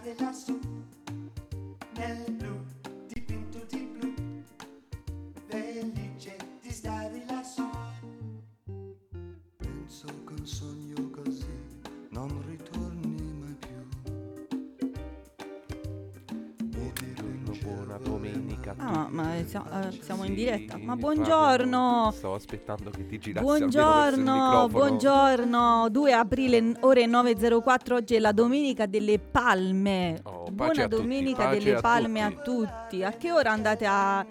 stare lassù nel blu, dipinto di blu, felice di stare lassù. Penso che un sogno così non ritorni mai più. Buona domenica a tutti. Ma siamo in diretta. Ma Fabio, buongiorno. stavo aspettando che ti girassi almeno verso il Buongiorno, microfono. buongiorno. 2 aprile, ore 9:04. Oggi è la Domenica delle Palme. Oh, pace Buona a tutti, Domenica pace delle a Palme tutti. a tutti. A che ora andate a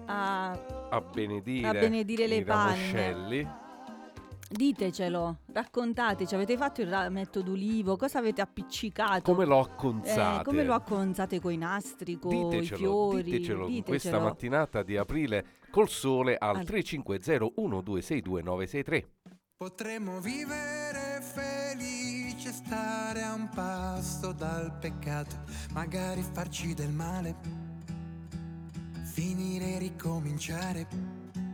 benedire le i palme? ramoscelli. Ditecelo, raccontateci, avete fatto il rametto d'ulivo? Cosa avete appiccicato? Come lo acconzate? Come lo acconzate coi nastri, coi fiori? Ditecelo in questa mattinata di aprile col sole al 350 1262 963. Potremmo vivere felici e stare a un passo dal peccato, magari farci del male, finire e ricominciare.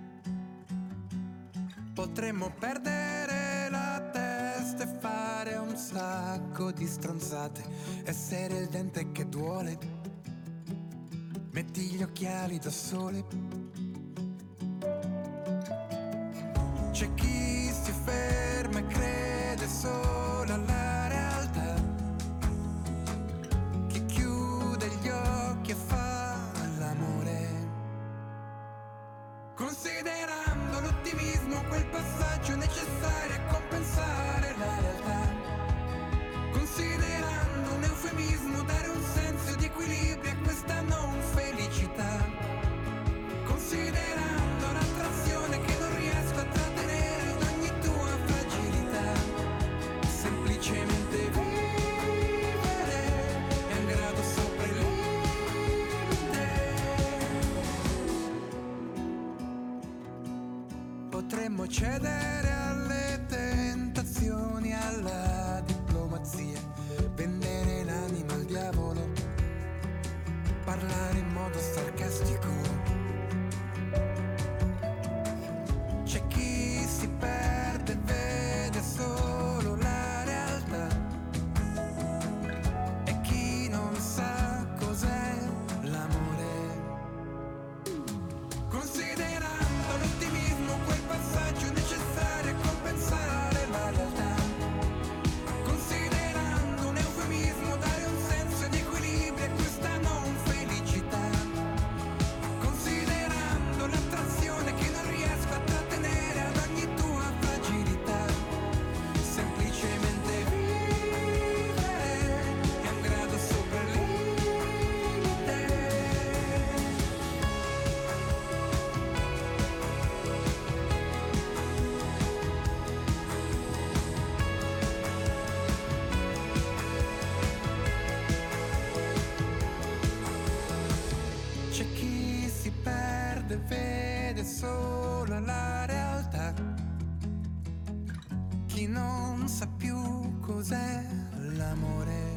Potremmo perdere la testa e fare un sacco di stronzate, essere il dente che duole, metti gli occhiali da sole. C'è chi si ferma e crede solo alla realtà, chi chiude gli occhi e fa l'amore, considerando l'ottimismo quel passaggio necessario a compensare la realtà, considerando un eufemismo dare un senso di equilibrio a questa non felicità, considerando l'attrazione che non riesco a trattenere ad ogni tua fragilità, semplicemente vivere è un grado sopra il limite. Potremmo cedere alle tentazioni, alla diplomazia, vendere l'anima al diavolo, parlare in modo sarcastico. C'è chi si perde e vede solo la realtà, e chi non sa cos'è l'amore, considerando l'ottimismo quel passaggio necessario a compensare la realtà, considerando un eufemismo dare un senso di equilibrio a questa non felicità, considerando l'attrazione che non riesco a trattenere ad ogni tua fragilità, semplicemente vivere è un grado sopra il limite. C'è chi si perde e vede solo la realtà, chi non sa più cos'è l'amore.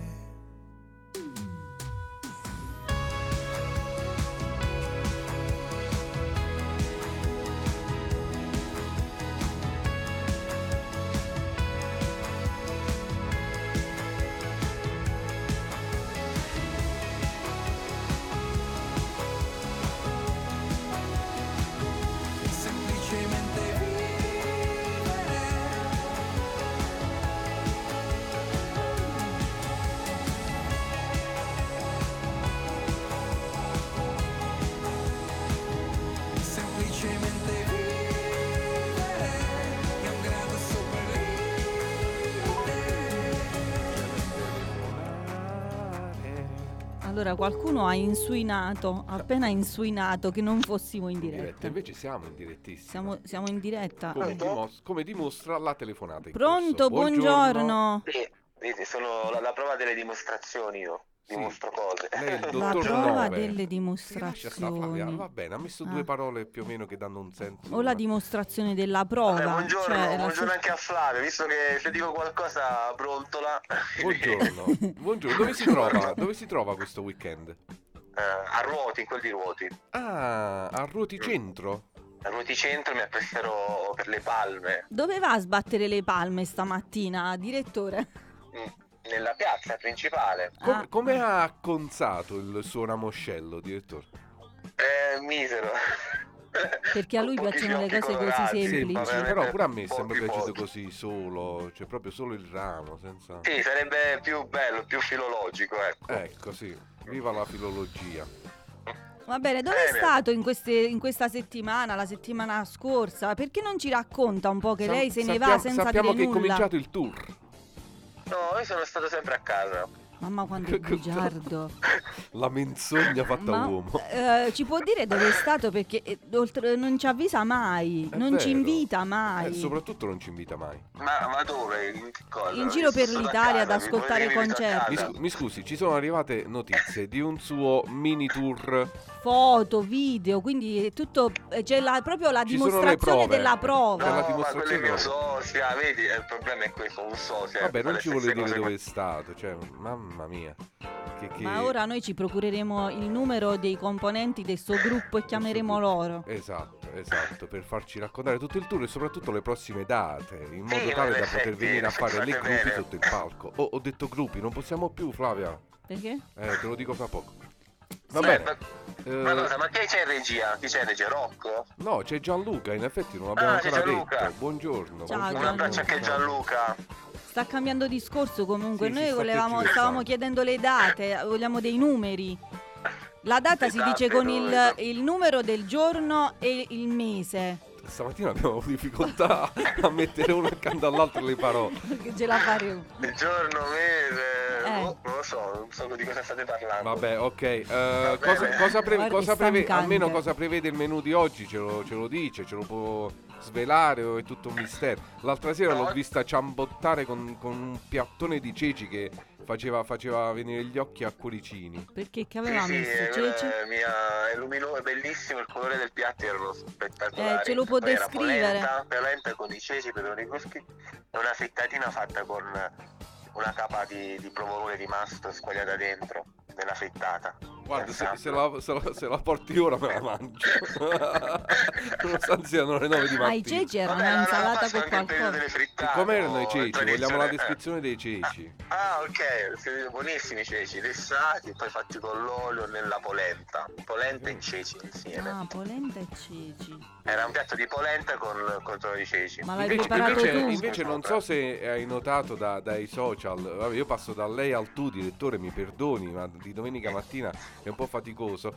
Semplicemente vivere. Semplicemente vivere è un grado sopra il limite. Allora, qualcuno ha appena insuinato che non fossimo in diretta. Invece siamo in direttissimo. Siamo in diretta. Come dimostra la telefonata in Pronto, corso. buongiorno. Sì, vedi, sono la prova delle dimostrazioni io. Dimostro cose. Lei è il La dottor prova Nove. delle Si lascia sta Flavia, dimostrazioni. va bene, ha messo due parole più o meno che danno un senso. O la dimostrazione della prova. Vabbè, buongiorno, cioè, la buongiorno anche a Flavio, visto che se dico qualcosa brontola. Buongiorno. Buongiorno. Dove si trova questo weekend? A Ruoti, in quel di Ruoti. Ah, a Ruoti Centro? A Ruoti Centro mi appresterò per le palme. Dove va a sbattere le palme stamattina, direttore? nella piazza principale. Come ha acconzato il suo ramoscello, direttore? Misero. Perché a lui Pochi piacciono le fiocchi cose così colorati, Sì, semplici. ma veramente però pure a me è sempre pochi, piaciuto pochi. così solo, cioè proprio solo il ramo, senza... Sì, sarebbe più bello, più filologico, ecco. Ecco, sì, viva la filologia. Va bene, dove è Bene. stato in questa settimana, la settimana scorsa? Perché non ci racconta un po' che lei se ne va senza sappiamo dire che è nulla? cominciato il tour. No, io sono stato sempre a casa. Mamma quanto è bugiardo. La menzogna fatta Ma, uomo. ci può dire dove è stato? Perché non ci avvisa mai, È non ci vero. invita mai. Soprattutto non ci invita mai. Ma dove? In che cosa? In giro per Sono a l'Italia ad casa, ascoltare potevi venire a concerti. casa. Mi scusi, ci sono arrivate notizie di un suo mini tour. Foto, video, quindi è tutto c'è proprio la Ci sono le dimostrazione prove. della C'è prova. la No, ma dimostrazione quello è mio della- sosia, vedi, il problema è questo, un sosia. Vabbè, fa non le ci vuole stesse dire cose dove che- è stato, cioè, mamma mia. Che... Ma ora noi ci procureremo il numero dei componenti del suo gruppo e chiameremo loro. Esatto, per farci raccontare tutto il tour e soprattutto le prossime date, in modo Sì, tale in da poter effetti, venire a fare le fate gruppi bene. sotto il palco. Oh, ho detto gruppi, non possiamo più, Flavia. Perché? Te lo dico fra poco. Va Sì. bene. Ma cosa, ma chi c'è in regia? Chi c'è in regia? Rocco? No, c'è Gianluca, in effetti non l'abbiamo c'è ancora Gianluca. detto. Buongiorno. Ciao, buongiorno. Un abbraccio anche a Gianluca. Sta cambiando discorso comunque. Sì, Noi si sta stavamo tergiversando. chiedendo le date, vogliamo dei numeri. La data si Esatto, dice con dove- il numero del giorno e il mese. Stamattina abbiamo difficoltà a mettere uno accanto all'altro le parole. Perché ce la faremo. Il giorno, mese, Eh. non lo so, non so di cosa state parlando. Vabbè, ok. Va Cosa, bene. cosa Guardi, cosa prevede? stancante. Almeno cosa prevede il menù di oggi? Ce lo dice, ce lo può svelare o è tutto un mistero? L'altra sera No. l'ho vista ciambottare con un piattone di ceci che faceva venire gli occhi a cuoricini. Perché che aveva messo? Ceci? È luminoso, è bellissimo, il colore del piatto erano spettacolari. Ce lo può Poi era descrivere? polenta con i ceci, peperoni cruschi e una frittatina fatta con una capa di provolone rimasto squagliata dentro nella frittata. Guarda, Esatto. se la porti ora me la mangio. Nonostante siano le 9 di Ma i mattina. ceci erano Vabbè, una la insalata pasta con anche il periodo qualcosa. delle frittate, Com'erano i o ceci? Vogliamo la tradizione- descrizione dei ceci. Ah, ok, buonissimi i ceci, lessati, poi fatti con l'olio nella polenta e ceci insieme. Ah, polenta e ceci. Era un piatto di polenta con torno di ceci. Ma l'hai Invece, preparato invece- tu? invece non so se hai notato dai social, vabbè, io passo da lei al tu, direttore, mi perdoni, ma di domenica mattina è un po' faticoso.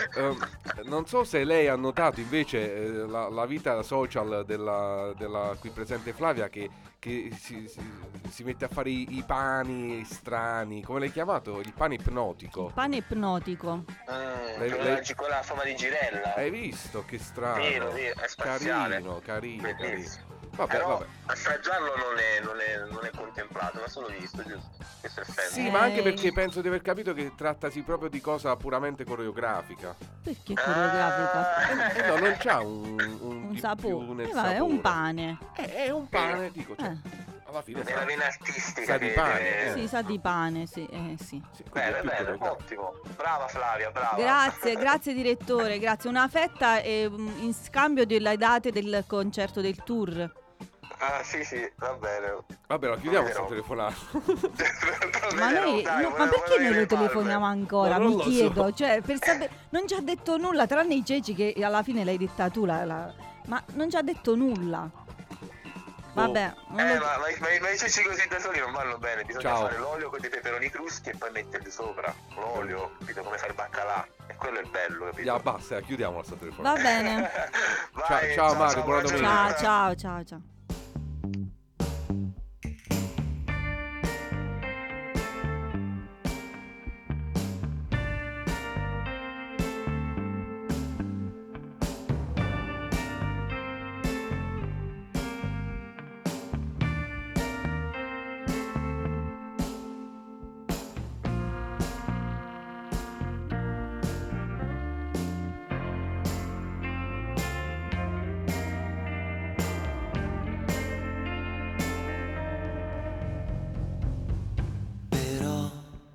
Non so se lei ha notato invece la vita social della qui presente Flavia che si mette a fare i pani strani, come l'hai chiamato? Il pane ipnotico. Pane ipnotico. Con la forma di girella. Hai visto che strano? Vero, è spaziale. Carino. Bellissimo. Vabbè, Però vabbè. assaggiarlo non è contemplato, ma solo visto, giusto? Questo è il senso. Sì, ma anche perché penso di aver capito che trattasi proprio di cosa puramente coreografica. Perché coreografica? No, non c'ha un Un di sapore. più nel Vabbè, è un sapore. pane. È un pane, dico, cioè, alla fine Nella sa, vena artistica sa di che pane. deve- Sì, sa di pane, sì. Sì. sì, quindi è Bene, più bene, coreografico. ottimo. Brava Flavia, brava. Grazie direttore, grazie. Una fetta in scambio delle date del concerto del tour. Ah, sì, va bene. Vabbè, la chiudiamo Vero. sta telefonata. Ma noi, ma perché noi lo telefoniamo ancora? Ma non Mi lo chiedo, so. cioè, per sapere, non ci ha detto nulla, tranne i ceci che alla fine l'hai detta tu, ma non ci ha detto nulla. Vabbè, non lo- Ma i ceci così da soli non vanno bene, bisogna Ciao. fare l'olio con dei peperoni cruschi e poi metterli sopra. L'olio, capito? Come fare il baccalà. E quello è il bello, capito? Ya, basta, chiudiamo sta telefonata. va bene. Vai, Ciao, Mario, buona domenica. Ciao. Però,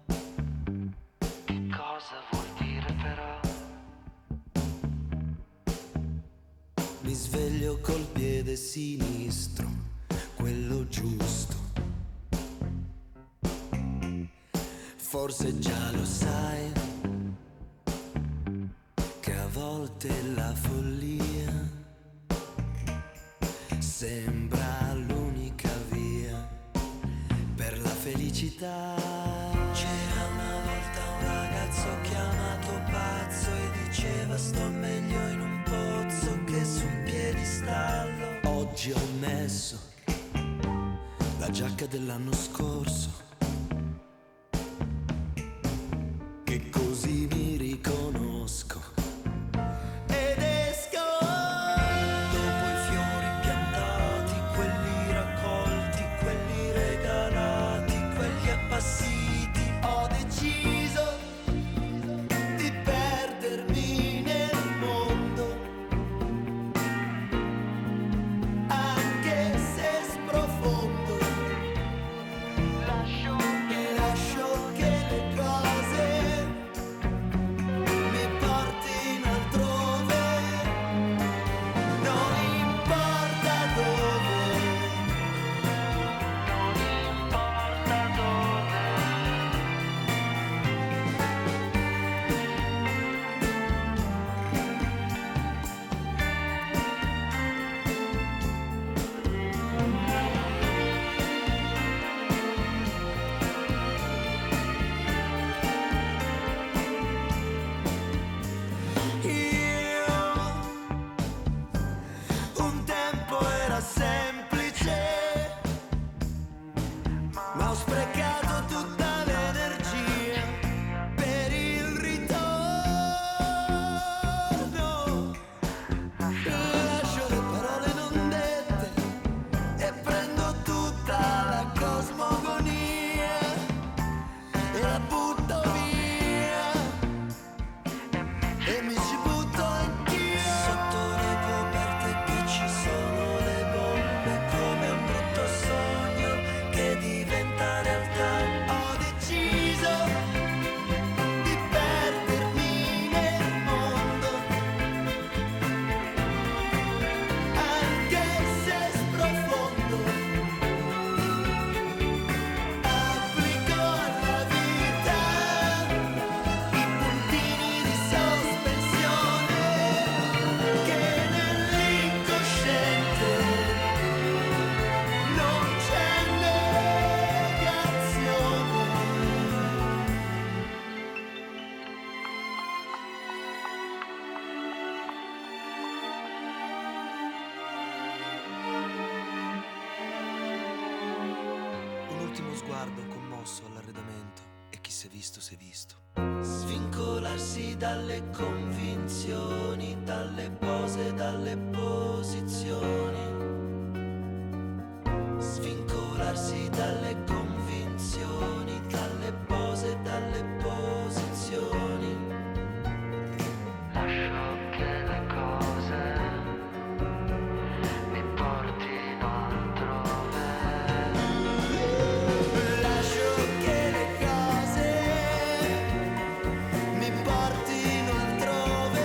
cosa vuol dire però? Mi sveglio col piede sinistro, quello giusto. Forse già lo sai che a volte la follia sembra l'unica via per la felicità. C'era una volta un ragazzo chiamato pazzo e diceva sto meglio in un pozzo che su un piedistallo. Oggi ho messo la giacca dell'anno scorso, che così mi riconosco ed esco. Dopo i fiori piantati, quelli raccolti, quelli regalati, quelli appassiti, ho deciso di perdermi nel mondo, anche se sprofondo. Lascio che le cose mi portino altrove, non importa dove, non importa dove. Un tempo era semplice, ma ho sprecato tutta l'energia per il ritorno. Lascio le parole non dette e prendo tutta la cosmogonia e la butto via. E mi ci butto anch'io. Sotto le coperte che ci sono le bombe, come un brutto sogno che diventa realtà. Ho deciso di perdermi nel mondo, anche se sprofondo. Applico alla vita i puntini di sospensione che nell'incosciente non c'è negazione. Un ultimo sguardo commosso all'arredamento e chi si è visto si è visto. Svincolarsi dalle convinzioni, dalle pose, dalle posizioni. Svincolarsi dalle convinzioni, dalle pose, dalle posizioni. Lascio che le cose mi portino altrove. Lascio che le cose mi portino altrove.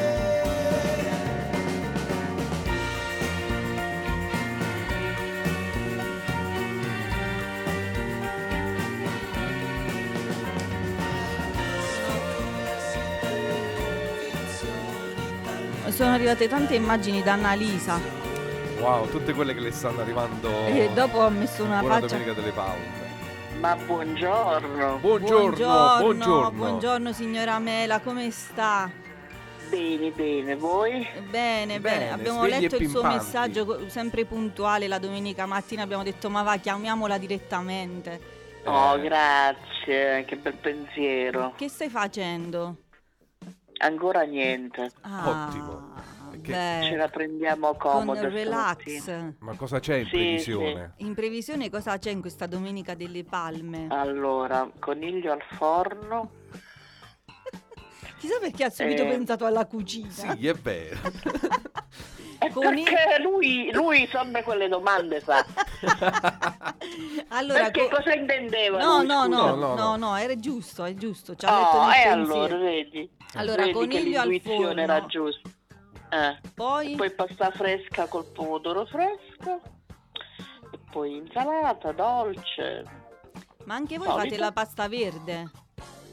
Sono arrivate tante immagini da Annalisa Wow, tutte quelle che le stanno arrivando. e dopo ho messo una Buona faccia. Domenica delle Palme. Ma buongiorno. Buongiorno. Buongiorno signora Mela, come sta? Bene, voi? Bene, Bene, abbiamo svegli e letto il suo pimpanti. messaggio sempre puntuale la domenica mattina, abbiamo detto ma va, chiamiamola direttamente. Oh, grazie, che bel pensiero. Che stai facendo? Ancora niente. Ottimo. Che- Ce la prendiamo con comoda relax. stamattina. Ma cosa c'è in Sì, previsione? In previsione cosa c'è in questa domenica delle palme? Allora, coniglio al forno. Chissà perché ha subito pensato alla cucina. Sì, è vero. Perché lui sempre quelle domande fa. Allora, Perché cosa intendeva? No, lui, no, scusa? no, era giusto, è giusto. Ci ha letto nel e pensiero. allora, vedi. Allora, Vedi coniglio che al l'intuizione forno. era giusta. Poi? Poi pasta fresca col pomodoro fresco. E poi insalata, dolce. Ma anche voi Solito. fate la pasta verde?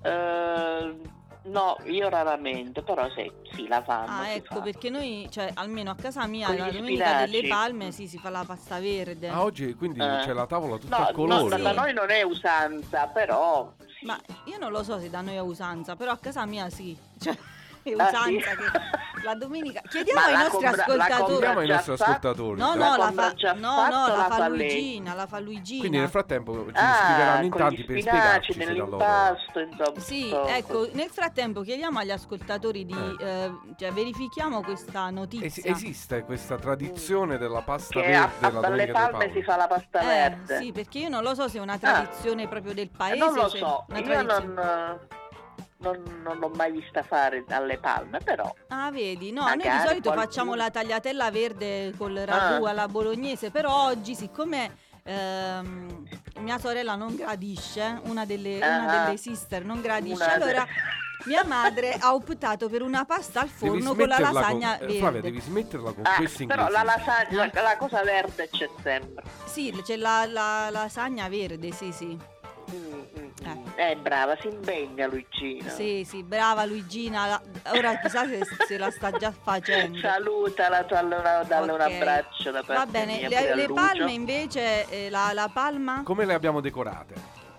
No, io raramente, però sì, la fanno. Ah, si ecco, fa. perché noi, cioè, almeno a casa mia, Con la gli domenica spinaci. delle palme, si fa la pasta verde. Ah, oggi quindi c'è la tavola tutta No, a colori. da Sì. noi non è usanza, però sì. Ma io non lo so se da noi è usanza, però a casa mia sì. Cioè, è Ah, usanza sì? che la domenica. Chiediamo Ma ai la nostri compra- la ascoltatori. Chiediamo ai già nostri fatta? ascoltatori. No, dai. no, la compra fa, già no, fatta, no, la la fa fa lei. Luigina, la fa Luigina. Quindi nel frattempo ci scriveranno in con tanti gli per spinaci, spiegarci se da loro. nell'impasto, insomma. Sì, tutto- ecco, nel frattempo chiediamo agli ascoltatori di cioè, verifichiamo questa notizia. Esiste questa tradizione della pasta che verde la alle domenica delle palme si fa la pasta verde. Sì, perché io non lo so se è una tradizione proprio del paese. Non o lo se so, una io tradizione. non l'ho mai vista fare alle palme, però Ah, vedi, no, noi di magari solito qualcuno- facciamo la tagliatella verde col ragù alla bolognese, però oggi siccome mia sorella non gradisce, una delle sister non gradisce, Una allora mia madre ha optato per una pasta al Devi forno con la smetterla lasagna con, verde. Flavia, devi smetterla con questi però inglesi. la lasagna, la cosa verde c'è sempre. Sì, c'è la lasagna verde, sì. Brava, si impegna Luigina. Sì, brava Luigina. Ora chissà se la sta già facendo. Salutala, dalle un Ok. abbraccio da parte Va bene, mia, pure a le Lucio. palme invece, la palma? Come le abbiamo decorate?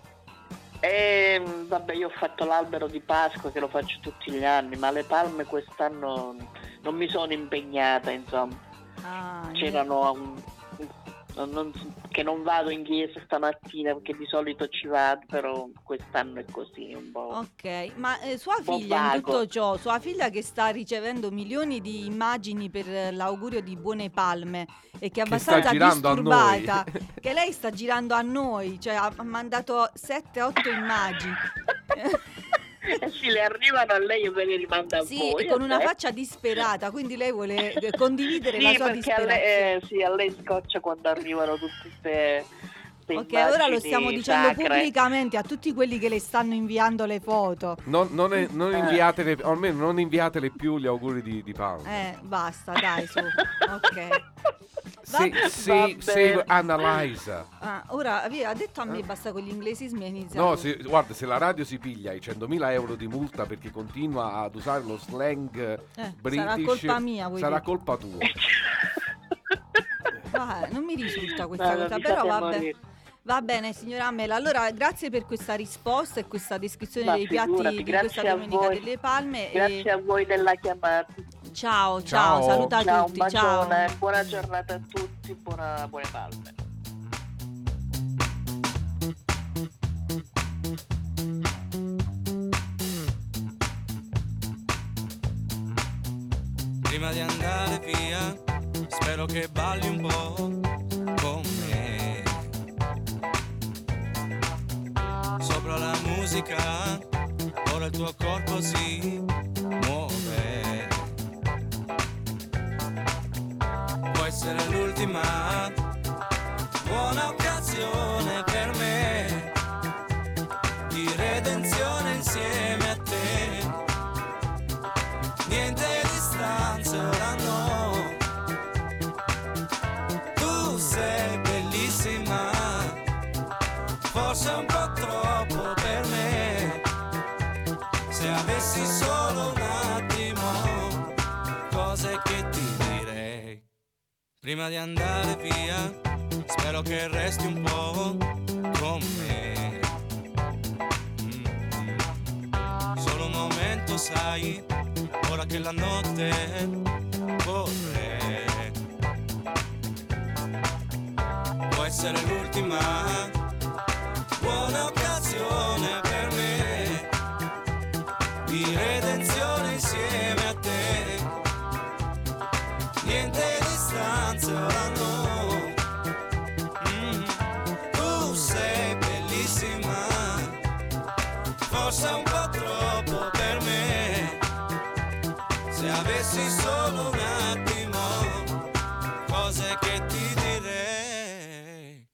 Vabbè, io ho fatto l'albero di Pasqua che lo faccio tutti gli anni, ma le palme quest'anno non mi sono impegnata, insomma. Ah, C'erano che non vado in chiesa stamattina perché di solito ci vado, però quest'anno è così un po'. ok, ma sua po' figlia in vago. tutto ciò, sua figlia che sta ricevendo milioni di immagini per l'augurio di buone palme e che è Che sta abbastanza girando a noi. disturbata, che lei sta girando a noi, cioè ha mandato 7-8 immagini. Sì, le arrivano a lei e ve le rimanda a Sì, voi. e con una vabbè. faccia disperata, quindi lei vuole condividere la Sì, sua perché a disperazione. lei, a lei scoccia quando arrivano tutte queste Ok, ora lo stiamo dicendo sacre. pubblicamente a tutti quelli che le stanno inviando le foto. Non inviatele, o almeno non inviatele più gli auguri di Paolo. Basta, dai, su. Ok. Save Annalisa. Ora, ha detto a me basta con gli inglesismi e inizia. No, guarda, se la radio si piglia i 100.000 euro di multa perché continua ad usare lo slang british, sarà colpa mia, vuoi sarà dire? colpa tua. Non mi risulta questa cosa, mi però fate vabbè. morire. Va bene, signora Ammela. Allora, grazie per questa risposta e questa descrizione Ma dei piatti figurati, di grazie questa a domenica voi. delle palme. Grazie a voi della chiamata. Ciao, Ciao. saluta Ciao, tutti, un ciao. bacione, buona giornata a tutti, buone palme. Prima di andare via, spero che balli un po' con me. Sopra la musica, ora il tuo corpo si muove. Può essere l'ultima buona occasione per me di redenzione insieme a te. Niente distanze ora no. Tu sei bellissima, forse un po' troppo per me. Se avessi solo un attimo, cose che ti direi. Prima di andare via, spero che resti un po' con me. Solo un momento, sai, ora che la notte corre. Può essere l'ultima buona occasione per me di redenzione insieme a te. Niente distanze ora no. Tu sei bellissima, forse un po' troppo per me. Se avessi solo un attimo, cose che ti direi.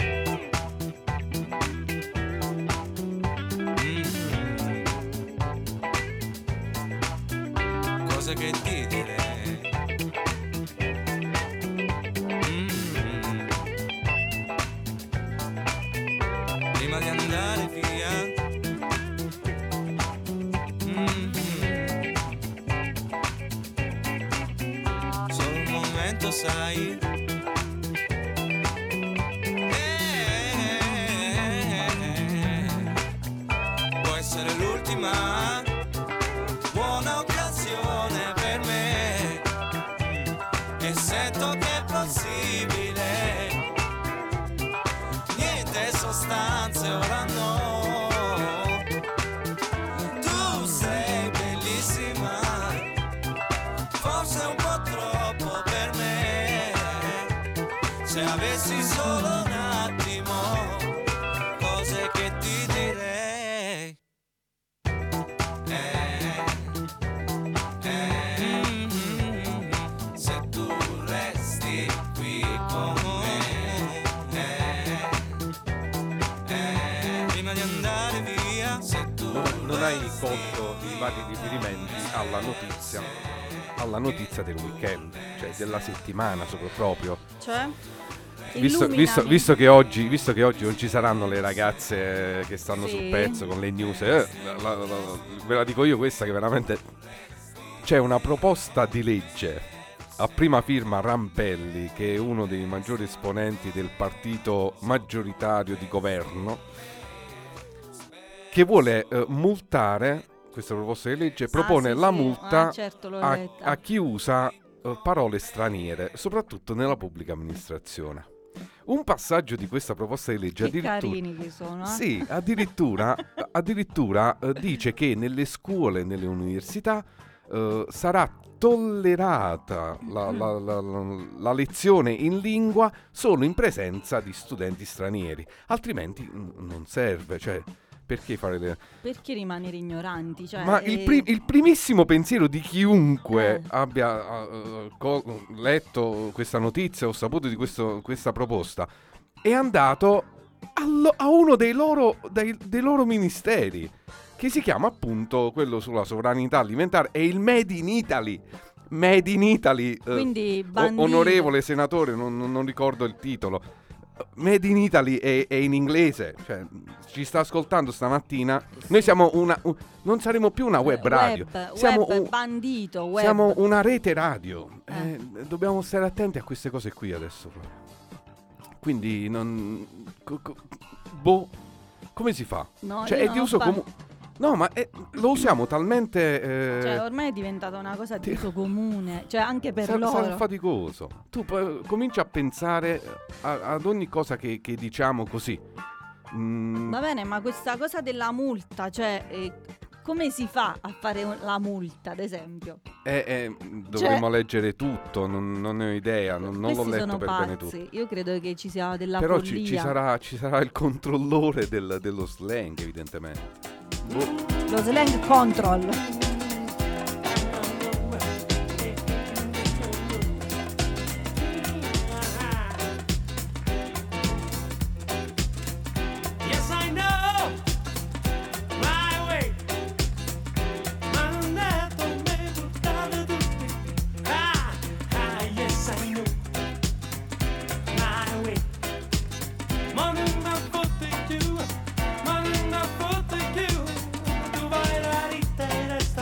Cose che ti direi. Prima di andare via, lo sai. Può essere l'ultima buona occasione per me, e sento che è possibile. Niente sostanze, ora no. Tu sei bellissima, forse un po' troppo per me. Se avessi solo un attimo, cose che ti direi. Se tu resti qui con me, prima di andare via. Se tu Non hai colto i vari riferimenti alla notizia del weekend, cioè della settimana proprio. Cioè? Visto che oggi non ci saranno le ragazze che stanno Sì. sul pezzo con le news, ve la dico io questa, che veramente c'è una proposta di legge a prima firma Rampelli, che è uno dei maggiori esponenti del partito maggioritario di governo, che vuole multare. Questa proposta di legge propone sì, la sì. multa Certo, l'ho a letta. chi usa parole straniere, soprattutto nella pubblica amministrazione. Un passaggio di questa proposta di legge Che carini che sono, eh? sì, addirittura dice che nelle scuole e nelle università sarà tollerata la lezione in lingua solo in presenza di studenti stranieri, altrimenti non serve, cioè perché fare le... Perché rimanere ignoranti? Cioè, Ma il primissimo pensiero di chiunque abbia letto questa notizia o saputo di questa proposta è andato a uno dei loro ministeri, che si chiama appunto quello sulla sovranità alimentare, e il Made in Italy. Made in Italy, Quindi bandito. onorevole senatore, non ricordo il titolo. Made in Italy è in inglese, cioè ci sta ascoltando stamattina. Noi siamo non saremo più una web radio, siamo bandito, web. siamo una rete radio. Dobbiamo stare attenti a queste cose qui adesso. Quindi come si fa? No, Cioè io è di non uso fa- comune. No, ma lo usiamo talmente Cioè, ormai è diventata una cosa di uso comune, cioè anche per loro. sarà faticoso. Tu comincia a pensare ad ogni cosa che diciamo così. Va bene, ma questa cosa della multa, cioè come si fa a fare la multa, ad esempio? Dovremmo leggere tutto, non ne ho idea, non l'ho Questi letto sono per bene tutto. pazzi. Io credo che ci sia della Però follia. ci sarà il controllore dello slang, evidentemente. Lo slang control. Yes, I know my way. Ma non è come buttare tutti. Yes, I know my way. Ma non è fotte più, ma non è fotte più. Tu vai la ritta e resta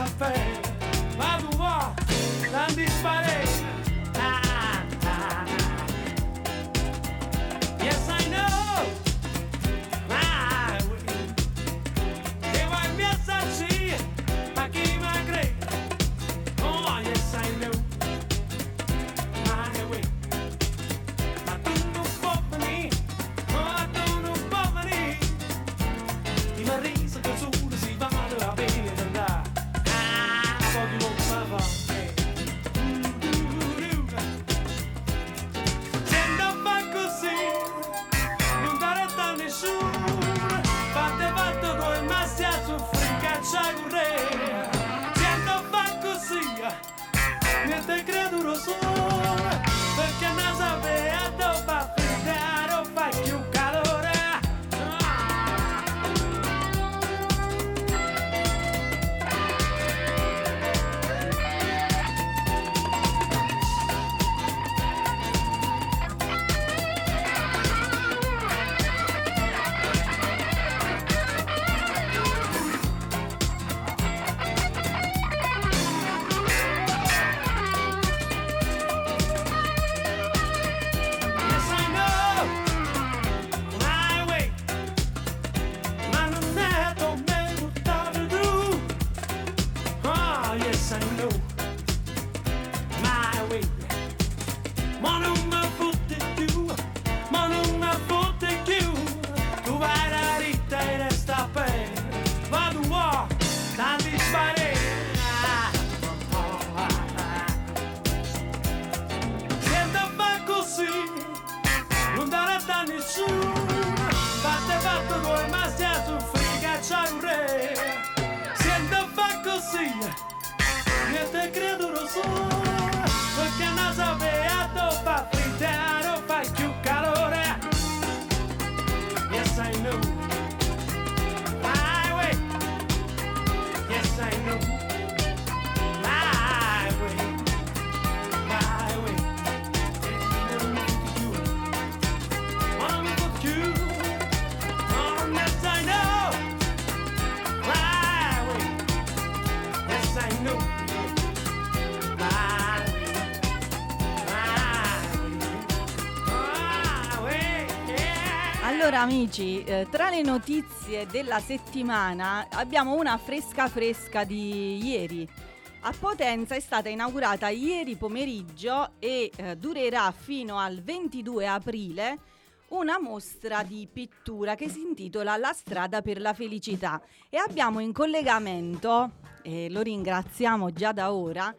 su, fatto due masti a su friga ciaure, sento fa così, io te credo lo so, perché non sapevo fa frittare, fa più calore, yes I know, my way, yes I know, my way, my way. Allora amici, tra le notizie della settimana abbiamo una fresca di ieri. A Potenza è stata inaugurata ieri pomeriggio e durerà fino al 22 aprile una mostra di pittura che si intitola La strada per la felicità. E abbiamo in collegamento, e lo ringraziamo già da ora,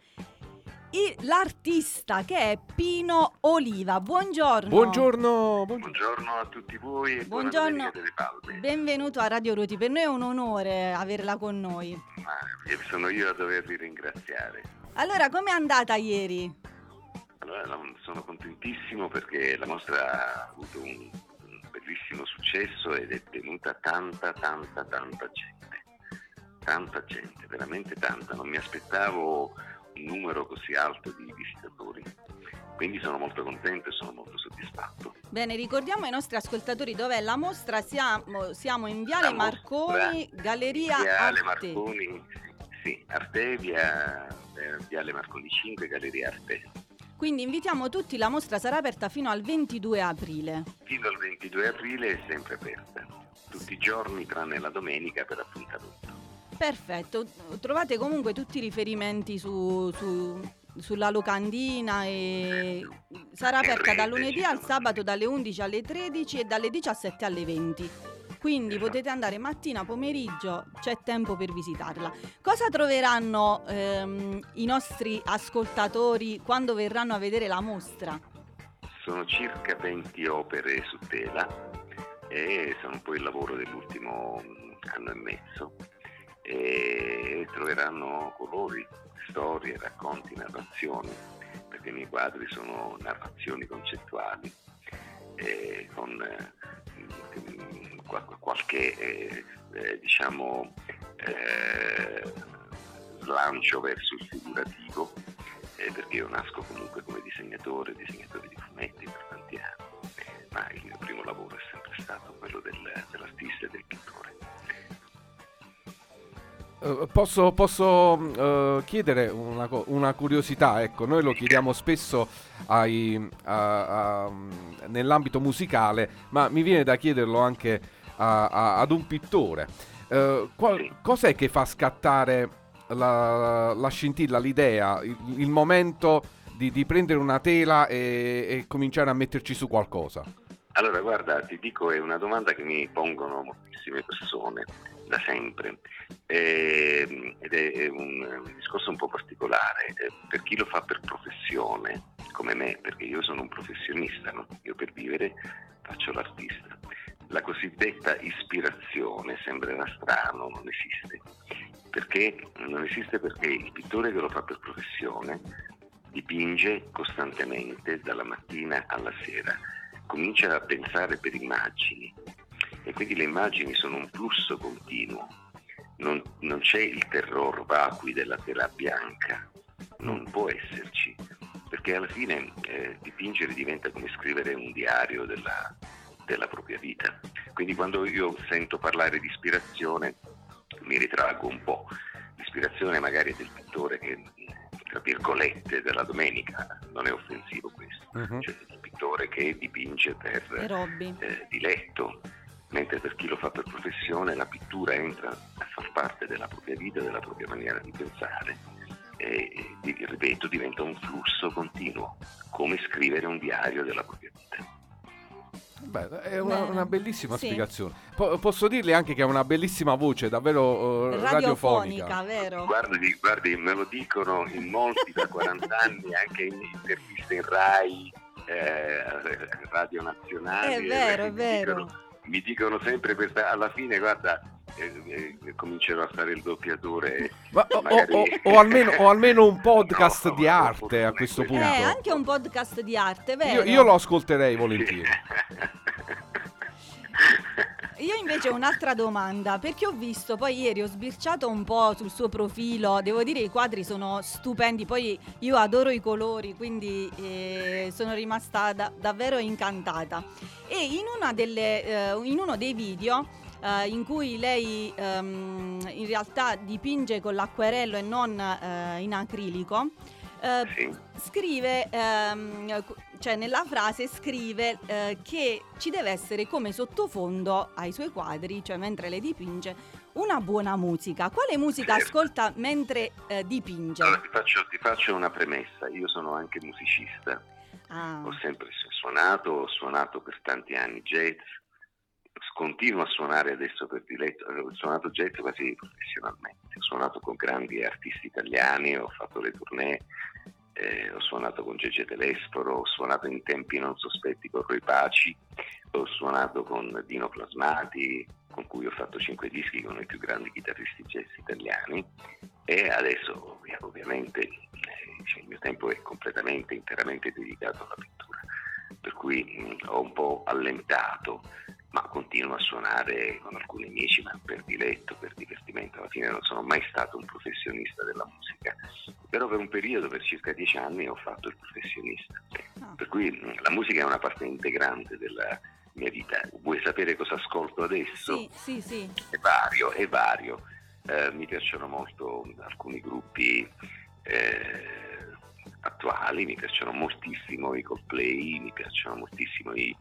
l'artista che è Pino Oliva. Buongiorno. Buongiorno a tutti voi e buona Buongiorno. Domenica delle Palme. Benvenuto a Radio Ruoti, per noi è un onore averla con noi. Sono io a dovervi ringraziare. Allora, com'è andata ieri? Allora, sono contentissimo perché la mostra ha avuto un bellissimo successo ed è venuta tanta gente. Tanta gente, veramente tanta. Non mi aspettavo un numero così alto di visitatori. Quindi sono molto contento e sono molto soddisfatto. Bene, ricordiamo ai nostri ascoltatori dov'è la mostra. Siamo in Viale Marconi, Galleria Viale Arte. Marconi, sì, Arte, Viale Marconi 5, Galleria Arte. Quindi invitiamo tutti, la mostra sarà aperta fino al 22 aprile. Fino al 22 aprile è sempre aperta, tutti i giorni tranne la domenica per appuntamento. Perfetto, trovate comunque tutti i riferimenti sulla locandina e sarà aperta dal lunedì al sabato dalle 11 alle 13 e dalle 17 alle 20. Quindi potete andare mattina, pomeriggio, c'è tempo per visitarla. Cosa troveranno i nostri ascoltatori quando verranno a vedere la mostra? Sono circa 20 opere su tela e sono poi il lavoro dell'ultimo anno e mezzo. E troveranno colori, storie, racconti, narrazioni, perché i miei quadri sono narrazioni concettuali con qualche slancio verso il figurativo, perché io nasco comunque come disegnatore di fumetti per tanti anni, ma il mio primo lavoro è sempre stato quello dell'artista e del pittore. Posso chiedere una curiosità? Ecco, noi lo chiediamo spesso nell'ambito musicale, ma mi viene da chiederlo anche ad un pittore. Cos'è che fa scattare la scintilla, l'idea, il momento di prendere una tela e cominciare a metterci su qualcosa? Allora, guarda, ti dico, è una domanda che mi pongono moltissime persone da sempre ed è un discorso un po' particolare per chi lo fa per professione come me, perché io sono un professionista, no? Io per vivere faccio l'artista. La cosiddetta ispirazione sembrerà strano, non esiste. Perché non esiste? Perché il pittore che lo fa per professione dipinge costantemente dalla mattina alla sera, comincia a pensare per immagini e quindi le immagini sono un flusso continuo, non c'è il terror vacui della tela bianca, non può esserci, perché alla fine dipingere diventa come scrivere un diario della propria vita. Quindi quando io sento parlare di ispirazione mi ritraggo un po'. L'ispirazione magari è del pittore che, tra virgolette, della domenica, non è offensivo questo, cioè il pittore che dipinge per diletto, mentre per chi lo fa per professione la pittura entra a far parte della propria vita, della propria maniera di pensare e ripeto, diventa un flusso continuo, come scrivere un diario della propria vita. Beh, è una bellissima spiegazione. Posso dirle anche che ha una bellissima voce, davvero radiofonica. Vero? Guardi, me lo dicono in molti da 40 anni, anche in interviste in Rai, radio nazionali. È vero, è vero. Mi dicono sempre questa, alla fine, guarda, comincerò a fare il doppiatore. O almeno un podcast No, di arte a questo questo. punto. Anche un podcast di arte, vero? Io lo ascolterei volentieri. Io invece ho un'altra domanda, perché ho visto, poi ieri ho sbirciato un po' sul suo profilo, devo dire i quadri sono stupendi, poi io adoro i colori, quindi sono rimasta davvero incantata. E in uno dei video in cui lei in realtà dipinge con l'acquerello e non in acrilico, scrive, cioè nella frase scrive che ci deve essere come sottofondo ai suoi quadri, cioè mentre le dipinge, una buona musica. Quale musica ascolta mentre dipinge? Allora, ti faccio una premessa, io sono anche musicista, ho sempre suonato per tanti anni jazz, continuo a suonare adesso per diletto, ho suonato jazz quasi professionalmente, ho suonato con grandi artisti italiani, ho fatto le tournée, ho suonato con Gege Telesforo, ho suonato in tempi non sospetti con Roy Paci, ho suonato con Dino Plasmati, con cui ho fatto 5 dischi con i più grandi chitarristi jazz italiani, e adesso ovviamente il mio tempo è interamente dedicato alla pittura, per cui ho un po' allentato, ma continuo a suonare con alcuni amici, ma per diletto, per divertimento. Alla fine non sono mai stato un professionista della musica, però per un periodo, per circa 10 anni, ho fatto il professionista, per cui la musica è una parte integrante della mia vita. Vuoi sapere cosa ascolto adesso? Sì. È vario. Mi piacciono molto alcuni gruppi attuali, mi piacciono moltissimo i Coldplay, mi piacciono moltissimo i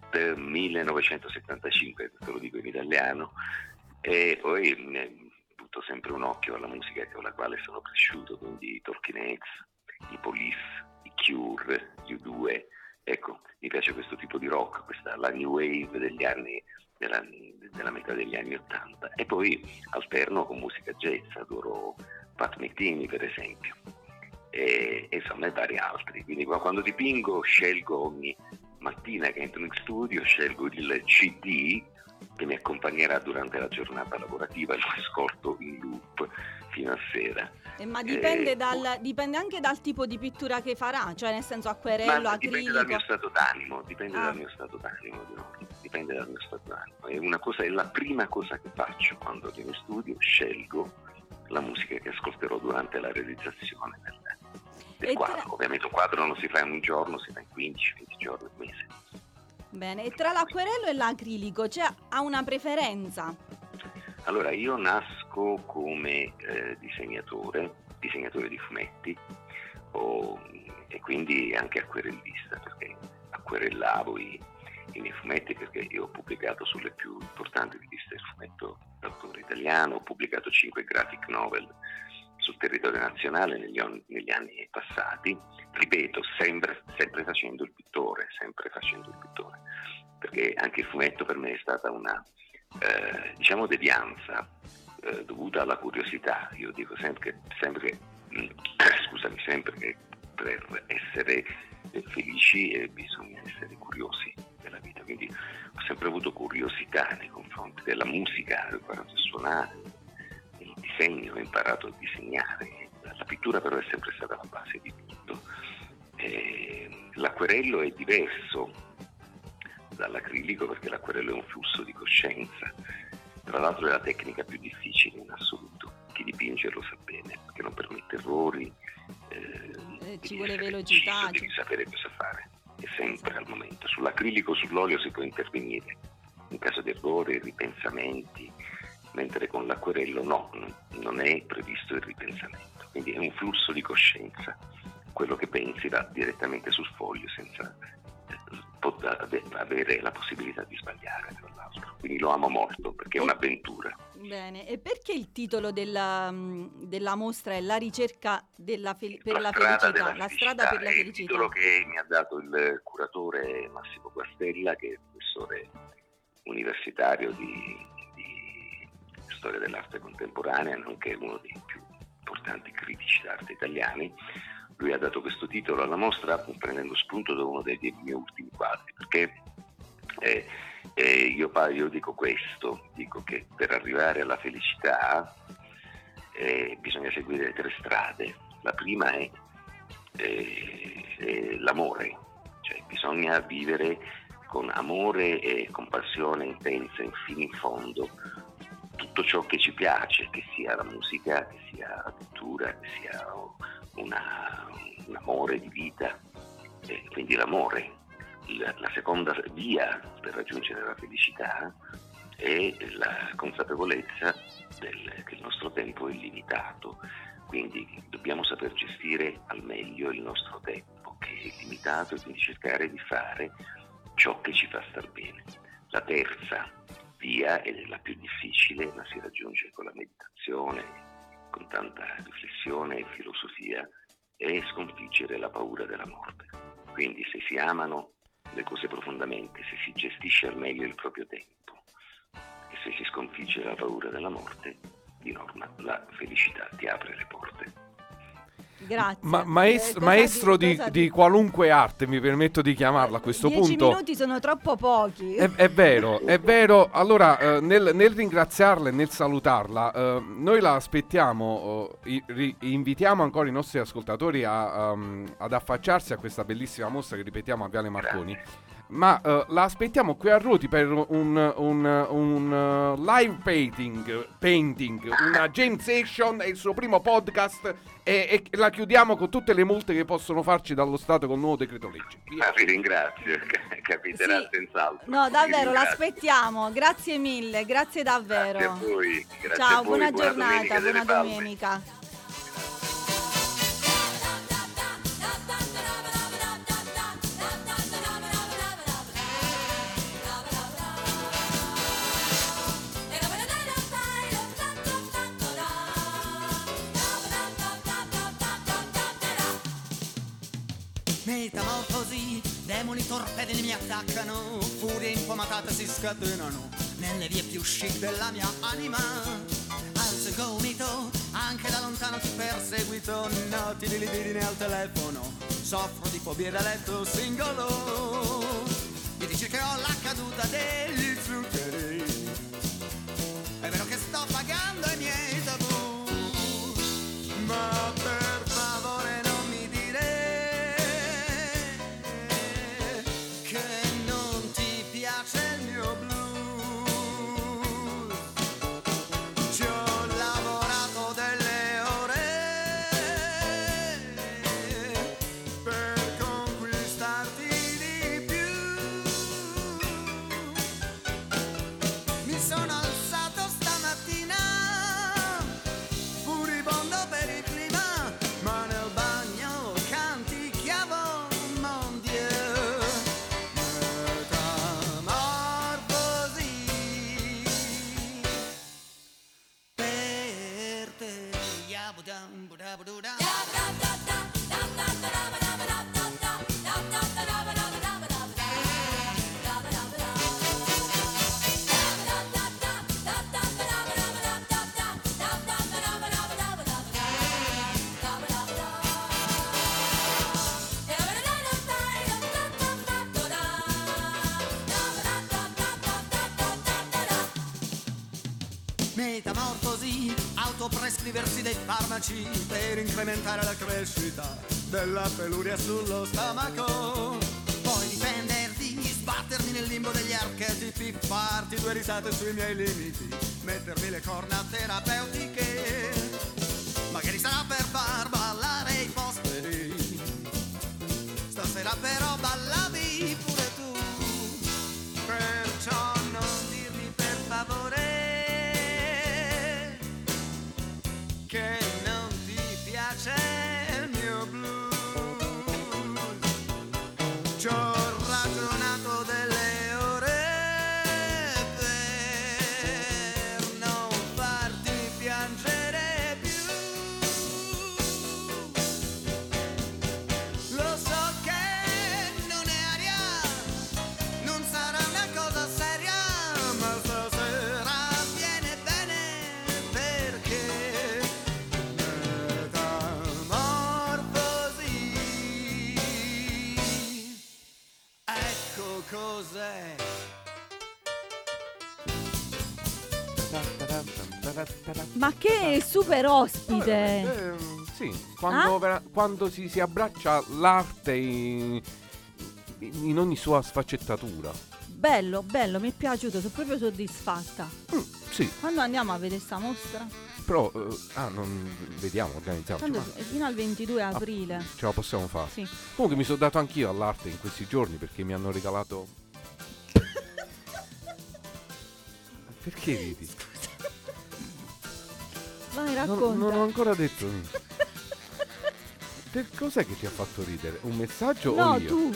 1975, te lo dico in italiano, e poi butto sempre un occhio alla musica con la quale sono cresciuto, quindi i Talking Heads, i Police, i Cure, gli U2. Ecco, mi piace questo tipo di rock, la new wave degli anni, della metà degli anni 80, e poi alterno con musica jazz, adoro Pat Metheny per esempio, e insomma e vari altri. Quindi quando dipingo scelgo ogni mattina che entro in studio, scelgo il CD che mi accompagnerà durante la giornata lavorativa e lo ascolto in loop fino a sera. Ma dipende anche dal tipo di pittura che farà, cioè nel senso acquerello, acrilico. Dipende dal mio stato d'animo, È la prima cosa che faccio quando arrivo in studio, scelgo la musica che ascolterò durante la realizzazione del quadro. Ovviamente un quadro non si fa in un giorno, si fa in 15-20 giorni, un mese. Bene, e tra l'acquerello e l'acrilico ha una preferenza? Allora, io nasco come disegnatore di fumetti, e quindi anche acquerellista, perché acquerellavo i miei fumetti, perché io ho pubblicato sulle più importanti riviste del fumetto d'autore italiano, ho pubblicato 5 graphic novel sul territorio nazionale negli anni passati, ripeto, sempre facendo il pittore, perché anche il fumetto per me è stata una devianza dovuta alla curiosità. Io dico sempre che per essere felici bisogna essere curiosi della vita, quindi ho sempre avuto curiosità nei confronti della musica, ho imparato a suonare, il disegno, ho imparato a disegnare, la pittura però è sempre stata la base di tutto. L'acquerello è diverso dall'acrilico perché l'acquerello è un flusso di coscienza, tra l'altro è la tecnica più difficile in assoluto, chi dipinge lo sa bene perché non permette errori, ci vuole velocità, devi sapere cosa fare, è sempre al momento. Sull'acrilico, sull'olio si può intervenire in caso di errori, ripensamenti, mentre con l'acquerello no, non è previsto il ripensamento, quindi è un flusso di coscienza, quello che pensi va direttamente sul foglio senza avere la possibilità di sbagliare, tra l'altro. Quindi lo amo molto perché è un'avventura. Bene, e perché il titolo della mostra è La ricerca per la felicità? La strada per la felicità. È il felicità. titolo che mi ha dato il curatore Massimo Guastella, che è professore universitario di storia dell'arte contemporanea, nonché uno dei più importanti critici d'arte italiani. lui ha dato questo titolo alla mostra prendendo spunto da uno dei miei ultimi quadri, perché io dico questo, dico che per arrivare alla felicità bisogna seguire 3 strade. La prima è l'amore, cioè bisogna vivere con amore e con passione intensa, fino in fondo, tutto ciò che ci piace, che sia la musica, che sia la pittura, che sia un amore di vita, quindi l'amore. La seconda via per raggiungere la felicità è la consapevolezza che il nostro tempo è limitato, quindi dobbiamo saper gestire al meglio il nostro tempo, che è limitato, e quindi cercare di fare ciò che ci fa star bene. La terza via, ed è la più difficile, ma si raggiunge con la meditazione, con tanta riflessione e filosofia, è sconfiggere la paura della morte. Quindi se si amano le cose profondamente, se si gestisce al meglio il proprio tempo e se si sconfigge la paura della morte, di norma la felicità ti apre le porte. Grazie. Maestro di qualunque arte, mi permetto di chiamarla a questo 10 punto. minuti sono troppo pochi. È vero, è vero. Allora, nel ringraziarla e nel salutarla, noi la aspettiamo, invitiamo ancora i nostri ascoltatori ad affacciarsi a questa bellissima mostra che ripetiamo a Viale Marconi. Ma la aspettiamo qui a Ruoti per un live painting, una jam session, è il suo primo podcast e la chiudiamo con tutte le multe che possono farci dallo Stato con il nuovo decreto legge. Vi ringrazio, capiterà Sì. senz'altro. No, davvero, Vi ringrazio. l'aspettiamo. Grazie mille, grazie davvero. Grazie a voi. Grazie Ciao, a voi, buona buona giornata, domenica delle buona Palme. domenica. Metamorfosi, demoni torpedi mi attaccano, furie infumatate si scatenano nelle vie più chic della mia anima. Alzo il gomito, anche da lontano ti perseguito, noti di libidine al telefono, soffro di fobie da letto singolo. Mi dici che ho la caduta degli zuccheri, è vero che sto pagando i miei tabù, ma per favore non mi dire che non ti piace il mio blues. Ci ho lavorato delle ore per conquistarti di più. Mi sono alzato stamattina furibondo per il clima, ma nel bagno canticchiavo mon Dieu. Metamorfosi per te. Yabudam budabududam. Metamorfosi, autoprescriversi dei farmaci per incrementare la crescita della peluria sullo stomaco. Poi difenderti, sbattermi nel limbo degli archetipi, farti 2 risate sui miei limiti, mettermi le corna terapeutiche. Magari sarà per far ballare i posteri, stasera però ballavi pure tu. Perciò non dirmi per favore che non ti piace il mio blues. Ci ho ragionato delle ore per non farti piangere più. Lo so che non è aria, non sarà una cosa seria, ma stasera viene bene perché metamorfosi Ma che super ospite! Sì, quando si abbraccia l'arte in ogni sua sfaccettatura. Bello, mi è piaciuto, sono proprio soddisfatta. Sì, Quando andiamo a vedere sta mostra? però non vediamo, organizziamo. Quando è fino al 22 aprile. Ce la possiamo fare. Sì. Comunque mi sono dato anch'io all'arte in questi giorni perché mi hanno regalato. Perché ridi? Vai, racconta. Non ho ancora detto niente. Cos'è che ti ha fatto ridere? Un messaggio No, o io? tu.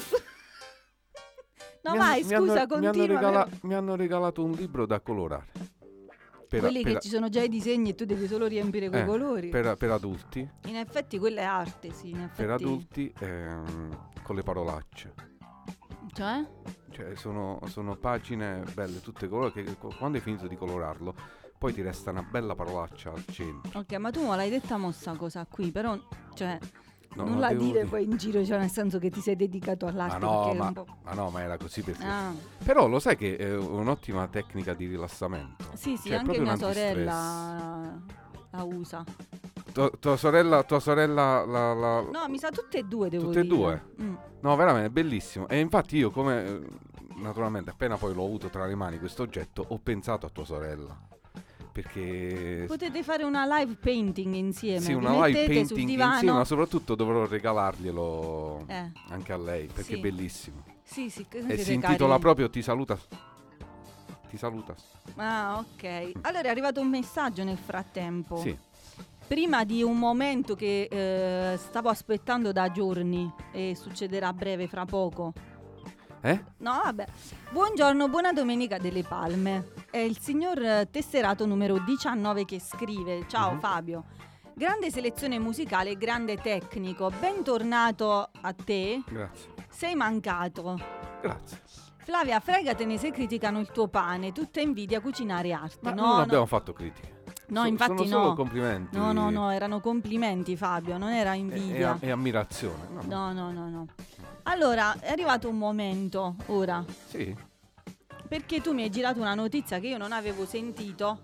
No, Mi vai, hanno- scusa, continua. mi hanno regalato un libro da colorare. Quelli che ci sono già i disegni e tu devi solo riempire quei colori. per adulti. In effetti quella è arte, sì. In effetti. Per adulti con le parolacce. Cioè? Cioè sono pagine belle, tutte colore che quando hai finito di colorarlo poi ti resta una bella parolaccia al centro. Ok, ma tu me l'hai detta mo sta cosa qui, però, cioè, No, non no, la devo dire dire. poi in giro, cioè nel senso che ti sei dedicato all'arte. perché è un po'... ma era così perché. Ah, Però lo sai che è un'ottima tecnica di rilassamento. sì, Cioè, è anche proprio mia un antistress. sorella la usa. Tua sorella la. No, mi sa tutte e due, devo Tutte e dire. due? Mm. No, veramente è bellissimo. E infatti io come naturalmente appena poi l'ho avuto tra le mani questo oggetto, ho pensato a tua sorella. Perché Potete fare una live painting insieme. sì, Vi una live mettete sul painting divano. insieme, ma soprattutto dovrò regalarglielo Eh, anche a lei, perché sì. è bellissimo. sì, E siete si intitola carini. proprio Ti saluta. Ti saluta. Ah, ok. Allora è arrivato un messaggio nel frattempo. Sì. Prima di un momento che stavo aspettando da giorni e succederà a breve, fra poco. No, vabbè. Buongiorno, buona domenica delle palme. È il signor Tesserato numero 19 che scrive. Ciao Fabio. Grande selezione musicale, grande tecnico. Bentornato a te. Grazie. Sei mancato. Grazie. Flavia, fregatene se criticano il tuo pane. Tutta invidia cucinare arte. Ma no, non no. abbiamo fatto critiche. No, infatti sono solo no. complimenti. No, erano complimenti, Fabio, non era invidia. E ammirazione. No. Allora, è arrivato un momento, ora, Sì. perché tu mi hai girato una notizia che io non avevo sentito,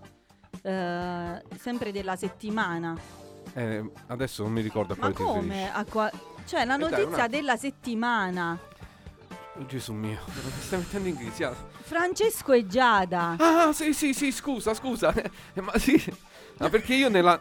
sempre della settimana. Adesso non mi ricordo a Ma quale ti come? Cioè, la dai, un notizia attimo. della settimana. Oh, Gesù mio, mi stai mettendo in crisi. Francesco e Giada. Ah, sì, scusa. Ma sì. Ma perché io nella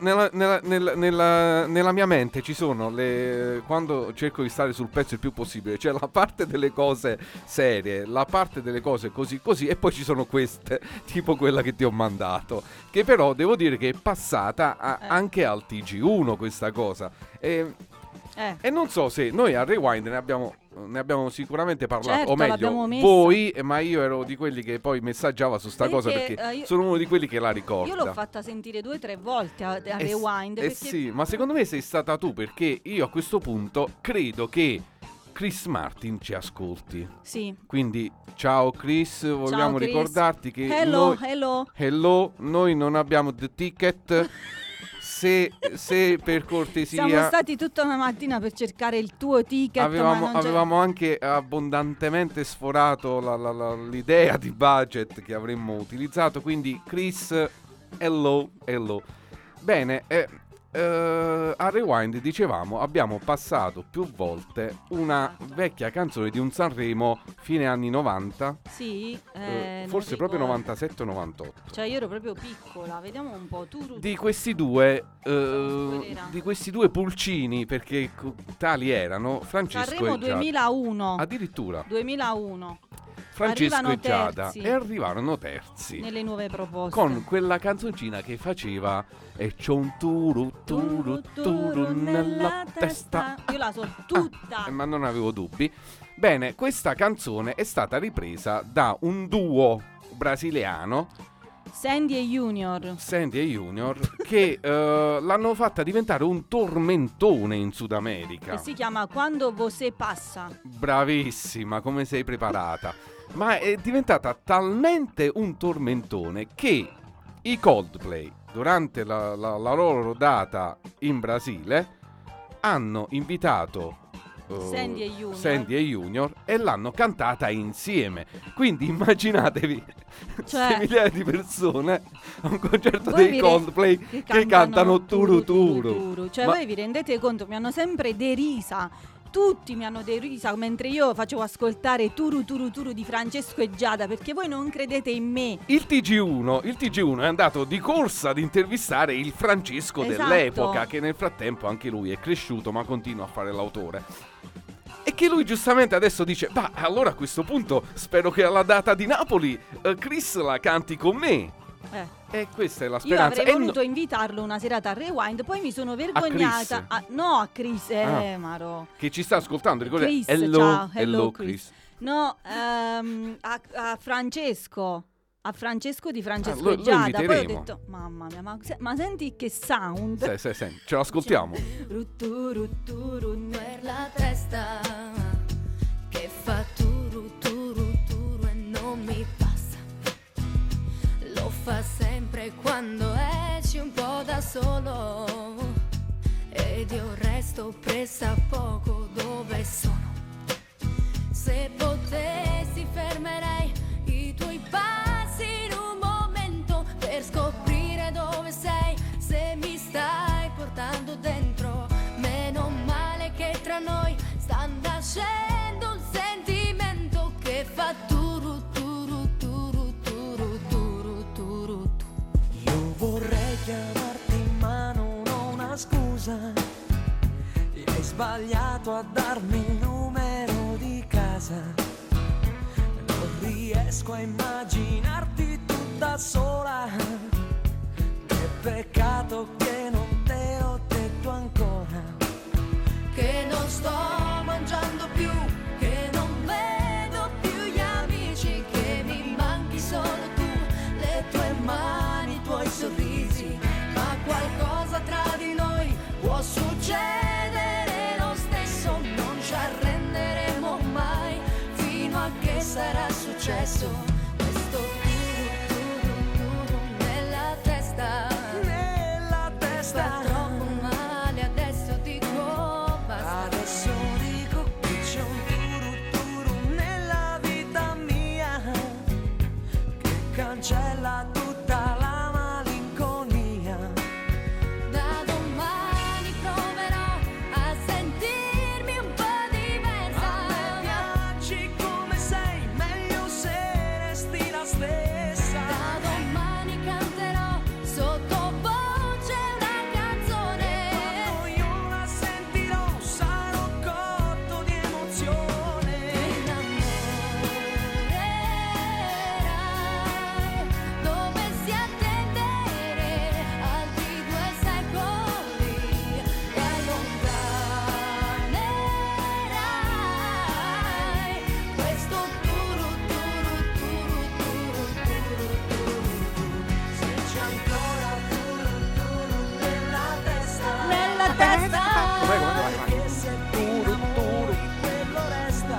mia mente ci sono quando cerco di stare sul pezzo il più possibile, c'è la parte delle cose serie, la parte delle cose così e poi ci sono queste, tipo quella che ti ho mandato, che però devo dire che è passata anche al TG1 questa cosa. E non so se noi a Rewind ne abbiamo sicuramente parlato, Certo, o meglio l'abbiamo messa. voi, ma io ero di quelli che poi messaggiava su sta cosa perché io- sono uno di quelli che la ricorda. Io l'ho fatta sentire 2 o 3 volte a Rewind. Eh perché sì, ma secondo me sei stata tu, perché io a questo punto credo che Chris Martin ci ascolti. Sì. Quindi ciao Chris, vogliamo Chris. ricordarti che Hello. noi non abbiamo the ticket. Se per cortesia Siamo stati tutta una mattina per cercare il tuo ticket, ma non c'è... avevamo anche abbondantemente sforato l'idea di budget che avremmo utilizzato, quindi Chris, hello. Bene, a Rewind dicevamo abbiamo passato più volte una vecchia canzone di un Sanremo fine anni 90, Sì, forse non proprio ricordo. 97-98. Cioè io ero proprio piccola, vediamo un po'. Tu Di questi due era? di questi due pulcini, perché tali erano Francesco Sanremo e Giada. 2001. Addirittura 2001 Francesco arrivano e Giada terzi. e arrivarono terzi nelle nuove proposte. con quella canzoncina che faceva e c'ho un turu nella testa. Io la so tutta. Ma non avevo dubbi. Bene, questa canzone è stata ripresa da un duo brasiliano, Sandy e Junior. Sandy e Junior, che l'hanno fatta diventare un tormentone in Sud America. Che si chiama Quando Você Passa. Bravissima, come sei preparata. Ma è diventata talmente un tormentone che i Coldplay, durante la loro data in Brasile, hanno invitato Sandy e Junior e l'hanno cantata insieme. Quindi immaginatevi Cioè, migliaia di persone a un concerto voi dei Coldplay che cantano Turu Turu. Cioè, voi vi rendete conto? Mi hanno sempre derisa. Tutti mi hanno derisa mentre io facevo ascoltare Turu Turu Turu di Francesco e Giada, perché voi non credete in me. Il TG1 è andato di corsa ad intervistare il Francesco Esatto. dell'epoca, che nel frattempo anche lui è cresciuto ma continua a fare l'autore. E che lui giustamente adesso dice: bah, allora a questo punto spero che alla data di Napoli Chris la canti con me. E questa è la Io speranza. avrei voluto invitarlo una serata a Rewind, poi mi sono vergognata. A Chris, Maro. Che ci sta ascoltando, ricordate? Chris, ciao, hello Chris. No, a Francesco. A Francesco di Francesco Lo e Giada. Poi ho inviteremo. detto: mamma mia, ma senti che sound? Sì, ce l'ascoltiamo. Rutturu, Per la testa che fa turu turu turu e non mi passa. Lo fa sempre quando esci un po' da solo ed io resto presa a poco dove sono. Se potessi fermerei i tuoi passi in un momento per scoprire dove sei, se mi stai portando dentro. Meno male che tra noi sta nascendo un sentimento che fa turu turu turu turu turu turu. Io vorrei chiamarti in mano, non una scusa. Hai sbagliato a darmi il numero di casa. Non riesco a immaginarti tutta sola. Che peccato che non te l'ho detto ancora. Che non sto mangiando più, che non vedo più gli amici, che mi manchi solo tu, le tue mani, i tuoi sorrisi, ma qualcosa tra di noi può succedere lo stesso, non ci arrenderemo mai, fino a che sarà successo questo turu turu turu nella testa. Fa troppo male, adesso dico basta. Adesso dico che c'è un turu turu nella vita mia che cancella tutta la malinconia. Da domani proverò a sentirmi un po' diversa. A me piaci come sei, meglio se resti la stessa. Da domani canterò sottovoce una canzone. Quando io la sentirò sarò cotto di emozione. Innamorerai, dovessi attendere altri 2 secoli e allontanerai questo turu turu turu turu turu turu. Se c'è ancora turu turu nella testa. Nella testa. Che se ti innamori quello resta.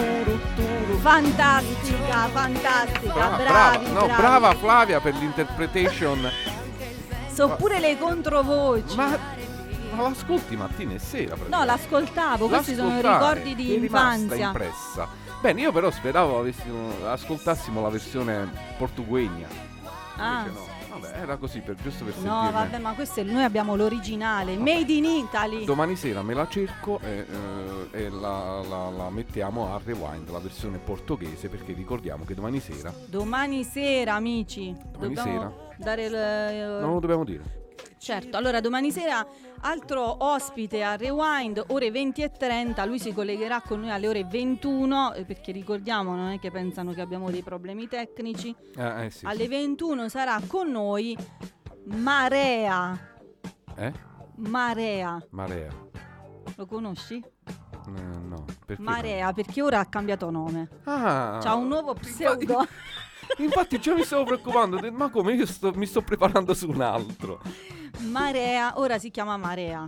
Fantastica, bravi. Brava Flavia per l'interpretation. So pure le controvoci. Ma l'ascolti mattina e sera? No, l'ascoltavo, questi sono L'ascoltare, ricordi ti è di rimasta infanzia. impressa. Bene, io però speravo ascoltassimo la versione portuguegna. Ah. Invece no. Vabbè, era così giusto per No, sentirne. vabbè, ma questo noi abbiamo l'originale, Made in Italy. Domani sera me la cerco e la mettiamo a Rewind, la versione portoghese, perché ricordiamo che domani sera, Amici. Domani Dobbiamo dare non lo dobbiamo dire. Certo, allora domani sera altro ospite a Rewind, ore 20:30, lui si collegherà con noi alle ore 21, perché ricordiamo, non è che pensano che abbiamo dei problemi tecnici. Sì. Alle 21 sarà con noi Marea. Marea. Lo conosci? No, perché? Marea, perché ora ha cambiato nome. Ah, C'ha un nuovo pseudo. Infatti già mi stavo preoccupando, ho detto, ma come mi sto preparando su un altro. Marea, ora si chiama Marea.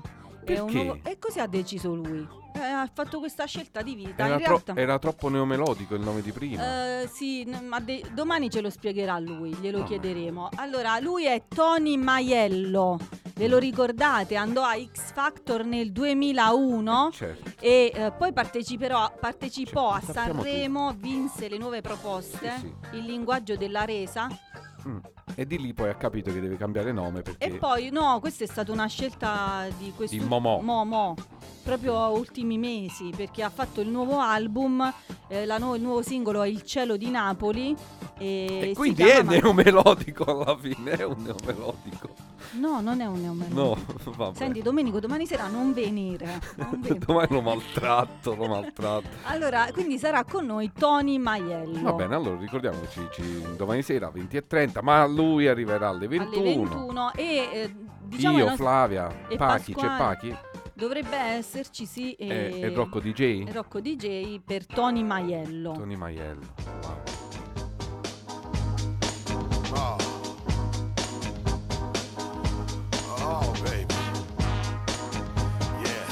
Perché? E così ha deciso lui. Ha fatto questa scelta di vita. Era, In realtà, era troppo neomelodico il nome di prima. sì, ma domani ce lo spiegherà lui, glielo Vabbè. chiederemo. Allora, lui è Tony Maiello. Ve lo ricordate? Andò a X Factor nel 2001 Certo. e poi partecipò a sappiamo Sanremo, vinse le nuove proposte, Sì, il linguaggio della resa. E di lì poi ha capito che deve cambiare nome perché E poi no, questa è stata una scelta di questo Di Momò. proprio ultimi mesi, perché ha fatto il nuovo album, il nuovo singolo è Il cielo di Napoli e E si quindi chiama è neomelodico alla fine, è un neomelodico. No, non è un neomelodico. No, vabbè. Senti Domenico, domani sera non venire. Domani lo maltratto. Allora, quindi sarà con noi Tony Maiello. Va bene, allora ricordiamoci domani sera 20:30, ma lui arriverà alle 21. Alle 21 e diciamo Io, Flavia, e Pachi, c'è Pasquale. Pachi Dovrebbe esserci, sì, e Rocco DJ. e Rocco DJ per Tony Maiello. Tony Maiello. Wow. Oh, baby. Yeah.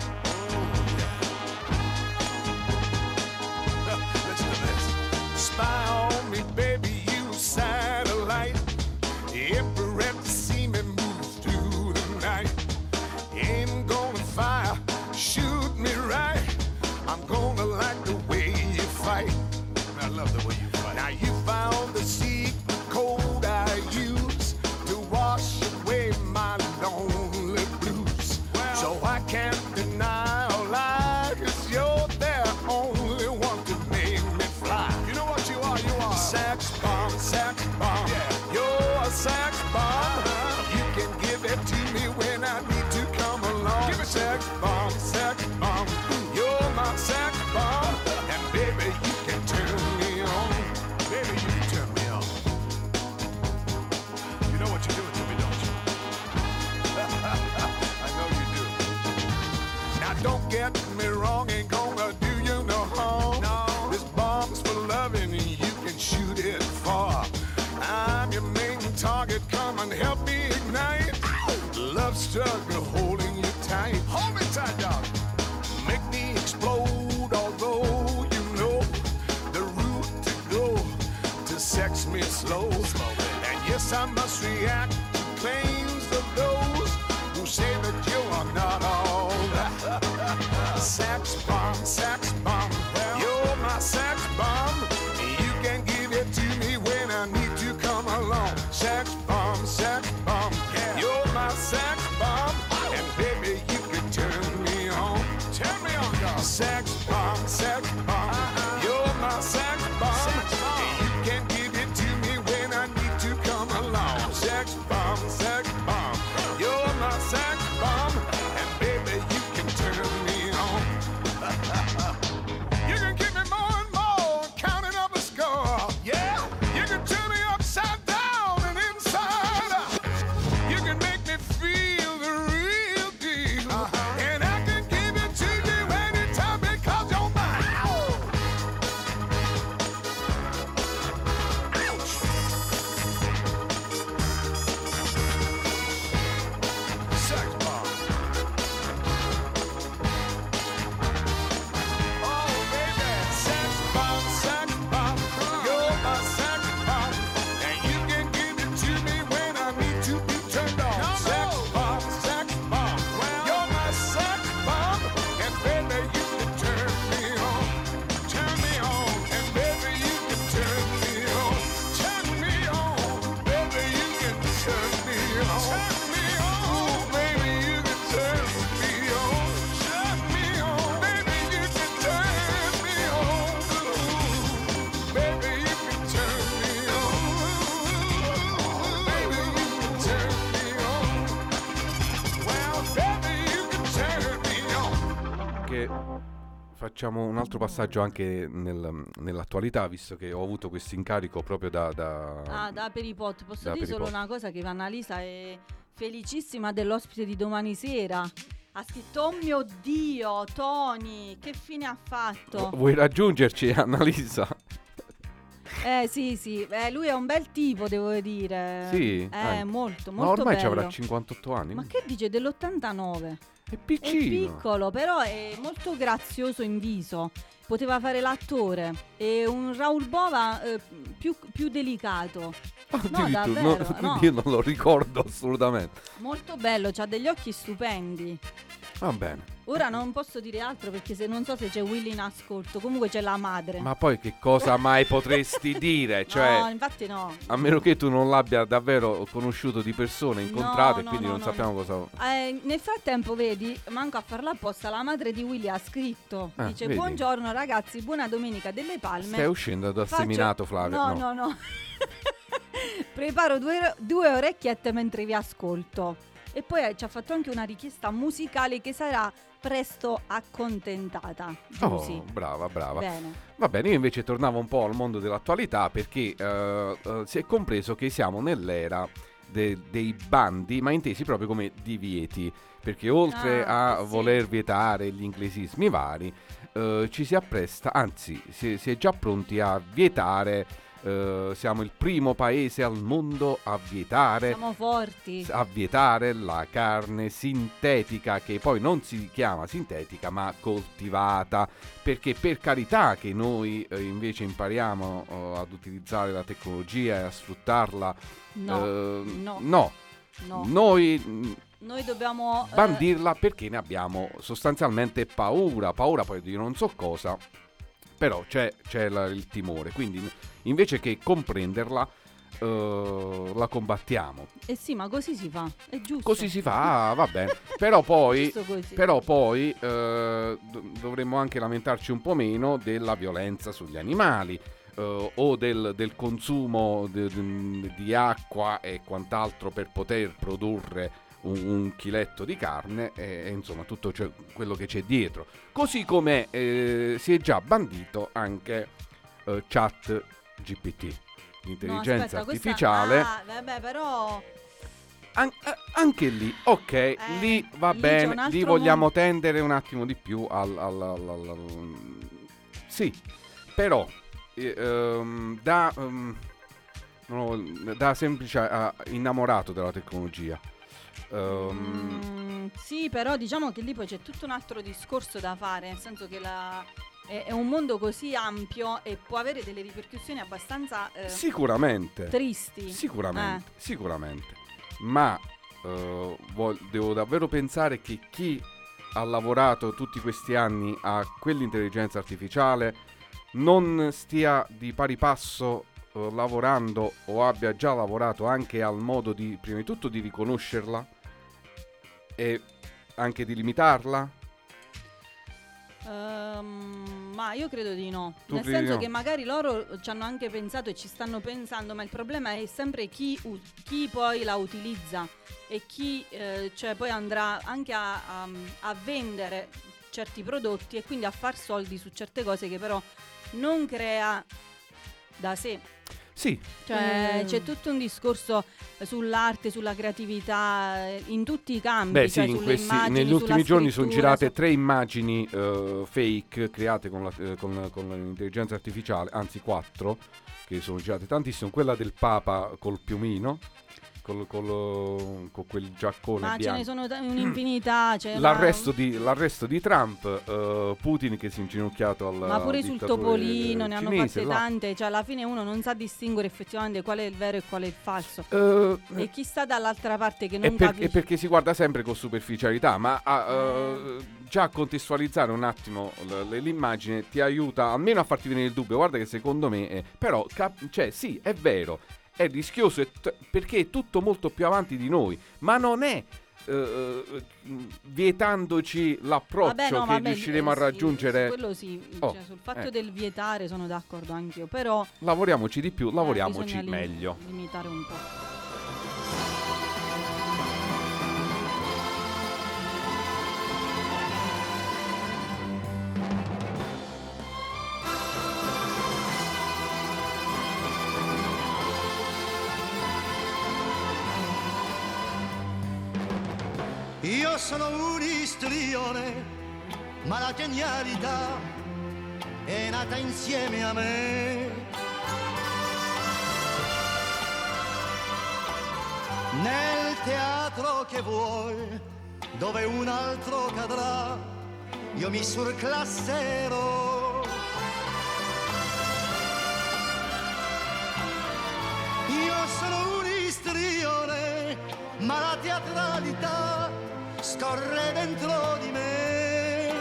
Listen to this. Spy on me, baby, you satellite. Every rep to see me move through the night. Ain't gonna fire, shoot me right. I'm gonna like the way you fight. I love the way you fight. Now you found the secret code I use to wash away my lonely blues. So I can't deny or lie, 'cause you're the only one to make me fly. You know what you are? You are sax bomb, sax bomb. Yeah. You're a sax bomb. You can give it to me when I need to come along. Give it sax bomb, sax bomb. You're my sax bomb. And baby, you can turn me on. Baby, you can turn me on. You know what you're doing to me, don't you? I know you do. Now don't get me wrong, ain't gonna do you no harm. No. This bomb's for loving and you can shoot it far. I'm your main target, come and help me ignite. Love struggle holding you tight. Hold me tight, dog. Make me explode, although you know the route to go to sex me slow. And yes, I must react to claims of those who say that you are not all that. Sax bomb, you're my sax bomb. You can give it to me when I need to come along. Sax bomb, yeah. You're my sax bomb. And baby, you can turn me on. Turn me on, dog. Sax bomb, you're my sax bomb. You can give it to me when I need to come along. Sax bomb, you're my sax bomb. And baby, you can turn me on. You can give me more and more, counting up a score. Yeah, you can turn me upside down and inside out. You can make me feel the real deal. And I can give it to you anytime because you're mine. Sex bomb. Oh, baby, sex bomb, you're my sex bomb, and you can give it to me when I need to be turned on. Sex bomb, you're my sex bomb, and baby you can turn me on, and baby you can turn me on, baby you can turn me on, ooh, baby you can turn me on, baby you can turn me on, baby you can turn me on, baby you can turn me on, well baby you can turn me on. Che facciamo un altro passaggio anche nell'attualità, visto che ho avuto questo incarico proprio da Da Peripot, posso da dire solo Peripot. una cosa, che Annalisa è felicissima dell'ospite di domani sera. Ha scritto: oh mio Dio, Tony, che fine ha fatto? Vuoi raggiungerci, Annalisa? Sì, lui è un bel tipo, devo dire. Sì? Molto, Ma molto ormai bello. ci avrà 58 anni. Ma che dice, dell'89? È È piccino. piccolo, però è molto grazioso in viso. Poteva fare l'attore. E un Raoul Bova più delicato. Addirittura, davvero, no. Io non lo ricordo assolutamente. Molto bello, c'ha degli occhi stupendi. Va bene. Ora non posso dire altro perché non so se c'è Willy in ascolto. Comunque c'è la madre. Ma poi che cosa mai potresti dire? Cioè, No, infatti no. a meno che tu non l'abbia davvero conosciuto di persona, incontrato, e no, quindi no, non no, sappiamo no. cosa. Nel frattempo, vedi, manco a farla apposta, la madre di Willy ha scritto. Dice: vedi. buongiorno ragazzi, buona domenica delle Palme. Stai uscendo dal Faccio- seminato, Flavio? No. Preparo due orecchiette mentre vi ascolto. E poi ci ha fatto anche una richiesta musicale che sarà presto accontentata. Giusy. Oh, brava. Bene. Va bene, io invece tornavo un po' al mondo dell'attualità perché si è compreso che siamo nell'era dei bandi, ma intesi proprio come divieti, perché oltre a sì. voler vietare gli inglesismi vari, ci si appresta, anzi si è già pronti a vietare, siamo il primo paese al mondo a vietare Siamo forti. la carne sintetica, che poi non si chiama sintetica ma coltivata, perché per carità che noi invece impariamo ad utilizzare la tecnologia e a sfruttarla, No. noi Noi dobbiamo bandirla perché ne abbiamo sostanzialmente paura poi di non so cosa, però c'è il timore, quindi invece che comprenderla la combattiamo. sì, ma così si fa, è giusto. Così si fa, va bene. Però poi, Giusto così. dovremmo anche lamentarci un po' meno della violenza sugli animali, o del consumo di acqua e quant'altro per poter produrre un chiletto di carne, e insomma tutto quello che c'è dietro. Così come si è già bandito anche Chat GPT, l'intelligenza artificiale. Vabbè, però Anche lì, ok, lì va lì c'è bene, un altro lì vogliamo mondo. tendere un attimo di più sì, però da semplice innamorato della tecnologia. Sì, però diciamo che lì poi c'è tutto un altro discorso da fare, nel senso che è un mondo così ampio e può avere delle ripercussioni abbastanza Sicuramente. tristi. Sicuramente. Ma devo davvero pensare che chi ha lavorato tutti questi anni a quell'intelligenza artificiale non stia di pari passo lavorando, o abbia già lavorato anche al modo di, prima di tutto, di riconoscerla e anche di limitarla. Ma io credo di no. Tu Nel credi senso no? che magari loro ci hanno anche pensato e ci stanno pensando, ma il problema è sempre chi poi la utilizza e chi cioè poi andrà anche a vendere certi prodotti e quindi a far soldi su certe cose che però non crea da sé. Sì. Cioè c'è tutto un discorso sull'arte, sulla creatività, in tutti i campi. Beh, cioè sì, sulle immagini, negli ultimi sulla giorni sono scrittura, girate 3 immagini fake create con l'intelligenza artificiale, anzi 4, che sono girate tantissimo. Quella del Papa col piumino, con quel giaccone ma bianco. ce ne sono un'infinità. L'arresto di Trump, Putin che si è inginocchiato ma pure sul topolino ne hanno cinese, fatte tante. Cioè alla fine uno non sa distinguere effettivamente qual è il vero e qual è il falso. E chi sta dall'altra parte che non capisce. perché si guarda sempre con superficialità, ma già a contestualizzare un attimo l'immagine ti aiuta almeno a farti venire il dubbio. Guarda che secondo me però cioè sì, è vero, è rischioso perché è tutto molto più avanti di noi, ma non è vietandoci l'approccio che riusciremo a raggiungere. Su quello sì, cioè, sul fatto del vietare sono d'accordo anch'io, però lavoriamoci di più, lavoriamoci bisogna meglio. Limitare un po'. Io sono un istrione, ma la genialità è nata insieme a me. Nel teatro che vuoi, dove un altro cadrà, io mi surclasserò. Io sono un istrione, ma la teatralità scorre dentro di me.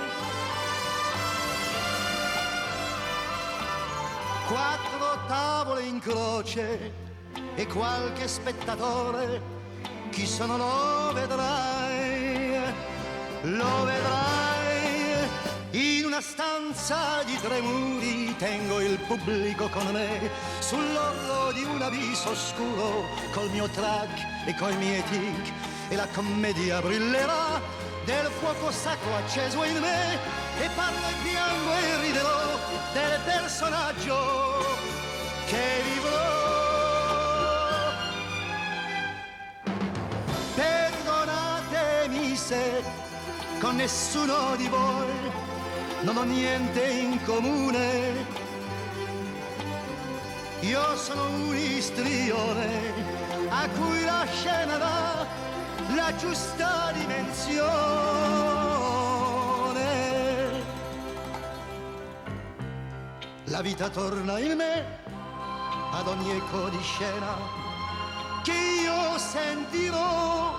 4 tavole in croce e qualche spettatore, chi sono lo vedrai, lo vedrai. In una stanza di 3 muri tengo il pubblico con me, sull'orlo di un abisso oscuro, col mio track e coi miei tic, e la commedia brillerà del fuoco sacro acceso in me, e parlo e piango e riderò del personaggio che vivrò. Perdonatemi se con nessuno di voi non ho niente in comune. Io sono un istrione a cui la scena dà la giusta dimensione. La vita torna in me ad ogni eco di scena che io sentirò,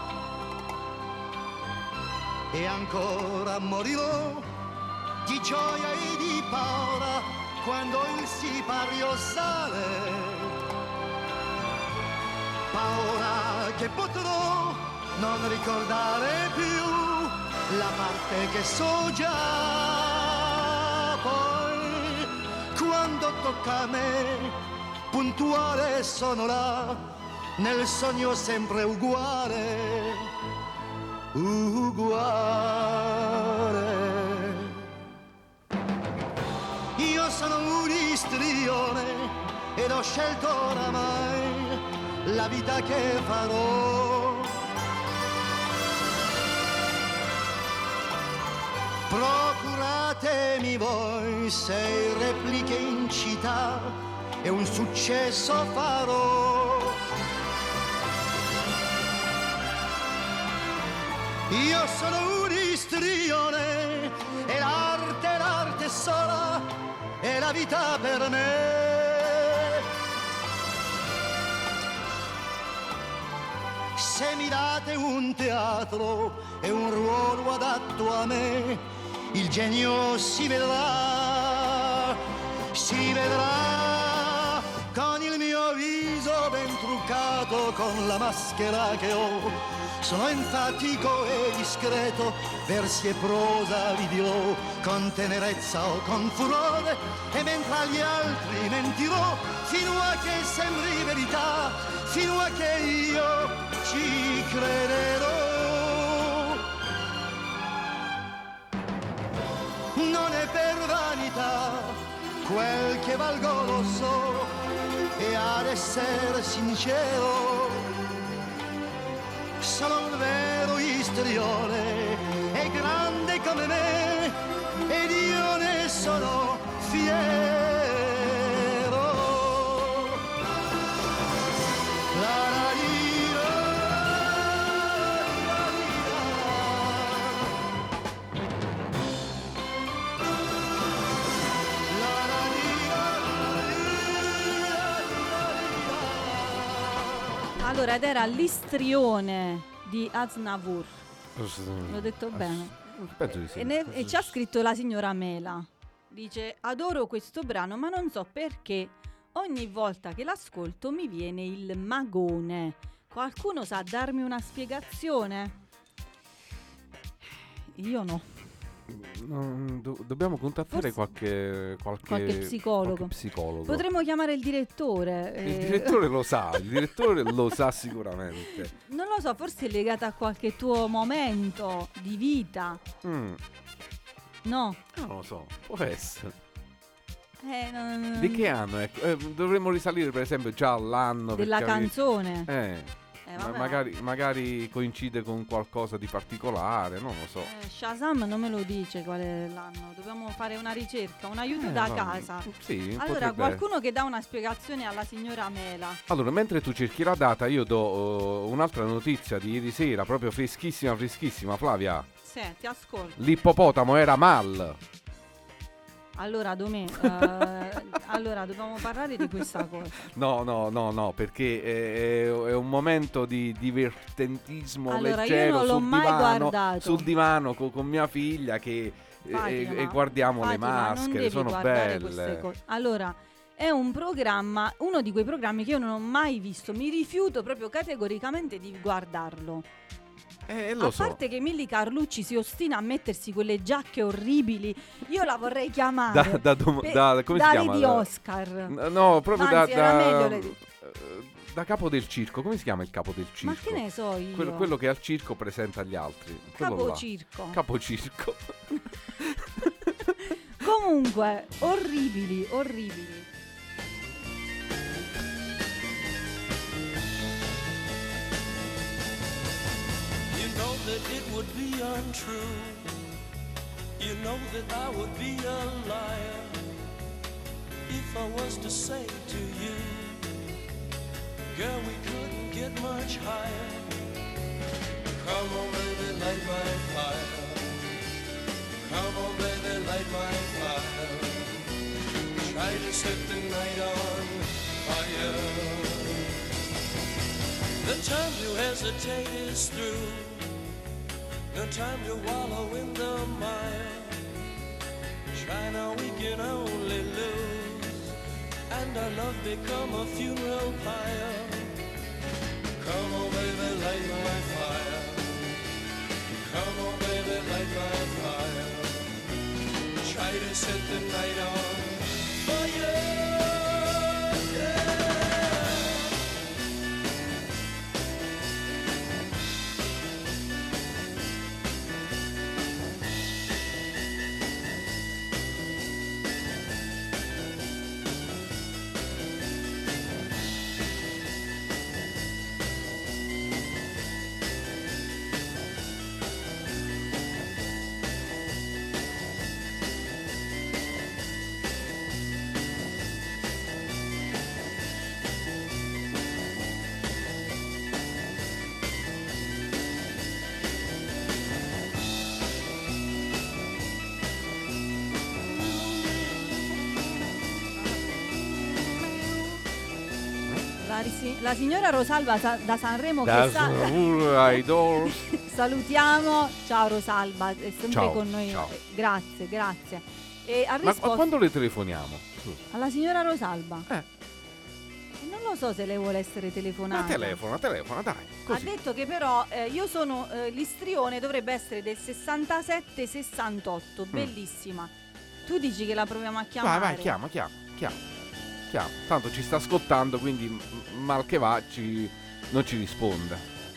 e ancora morirò di gioia e di paura quando il sipario sale. Paura che potrò non ricordare più la parte che so già. Poi quando tocca a me, puntuale sono là, nel sogno sempre uguale, uguale. Io sono un istrione ed ho scelto oramai la vita che farò. Procuratemi voi 6 repliche in città e un successo farò. Io sono un istrione e l'arte sola è la vita per me. Se mi date un teatro e un ruolo adatto a me, il genio si vedrà con il mio viso ben truccato, con la maschera che ho. Sono enfatico e discreto, versi e prosa vi dirò, con tenerezza o con furore, e mentre agli altri mentirò, fino a che sembri verità, fino a che io ci crederò. Non è per vanità, quel che valgo lo so, e ad essere sincero sono un vero istrione, è grande come me ed io ne sono fiero. La la di la, la di la. La la di la. Allora, ed era l'istrione di Aznavour. L'ho detto bene. Penso di sì. E ci ha scritto la signora Mela. Dice: adoro questo brano, ma non so perché ogni volta che l'ascolto mi viene il magone. Qualcuno sa darmi una spiegazione? Io no. Dobbiamo contattare Forse qualche psicologo. Potremmo chiamare il direttore. Il direttore lo sa, il direttore lo sa sicuramente. Non lo so, forse è legata a qualche tuo momento di vita. No? Non lo so, può essere. Non... Di che anno? Dovremmo risalire per esempio già all'anno della canzone. vabbè. magari coincide con qualcosa di particolare, non lo so. Shazam non me lo dice qual è l'anno. Dobbiamo fare una ricerca, un aiuto da casa. Sì, allora, potrebbe. qualcuno che dà una spiegazione alla signora Mela. Allora, mentre tu cerchi la data, io do un'altra notizia di ieri sera, proprio freschissima, Flavia. Sì, ti ascolto. L'ippopotamo era Mal. Allora, allora, dobbiamo parlare di questa cosa. No, perché è un momento di divertentismo Allora, leggero io non l'ho sul mai divano, guardato. sul divano con mia figlia e guardiamo le maschere, sono belle. Allora, è un programma, uno di quei programmi che io non ho mai visto, mi rifiuto proprio categoricamente di guardarlo. A parte che Milly Carlucci si ostina a mettersi quelle giacche orribili, io la vorrei chiamare come si chiama? Lady Oscar. No, proprio Anzi, era meglio Lady... da capo del circo. Come si chiama il capo del circo? Ma che ne so io? Quello che al circo presenta gli altri. Capocirco. Comunque, orribili. You know that it would be untrue. You know that I would be a liar if I was to say to you, girl, we couldn't get much higher. Come on, baby, light my fire. Come on, baby, light my fire. Try to set the night on fire. The time to hesitate is through. No time to wallow in the mire. Try now, we can only lose, and our love become a funeral pyre. Come on, baby, light my fire. Come on, baby, light my fire. Try to set the night on fire. La signora Rosalba da Sanremo che salutiamo. Ciao Rosalba, è sempre ciao, con noi. Ciao. Grazie. E ha Ma risposto quando le telefoniamo? alla signora Rosalba. Non lo so se lei vuole essere telefonata. Ma telefona, dai. Così. Ha detto che però io sono l'istrione dovrebbe essere del 67-68, bellissima. Tu dici che la proviamo a chiamare? Vai, chiama. Tanto ci sta ascoltando, quindi mal che va non ci risponde.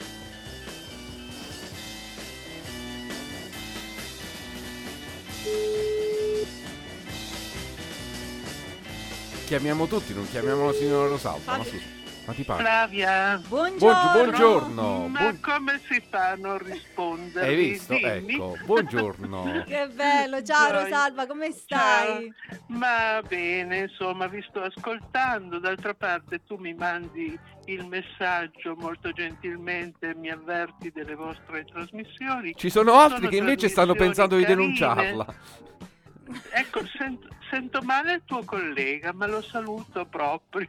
Chiamiamo tutti, non chiamiamo la signora Rosalba. Ma ti pare? Flavia, buongiorno. Ma come si fa a non rispondere? Hai visto? Dimmi. Ecco, buongiorno. Che bello, ciao Rosalba, come stai? Ciao. Ma bene, insomma, vi sto ascoltando. D'altra parte tu mi mandi il messaggio molto gentilmente, mi avverti delle vostre trasmissioni. Ci sono altri che invece stanno pensando di denunciarla. Ecco, sento male il tuo collega, ma lo saluto proprio.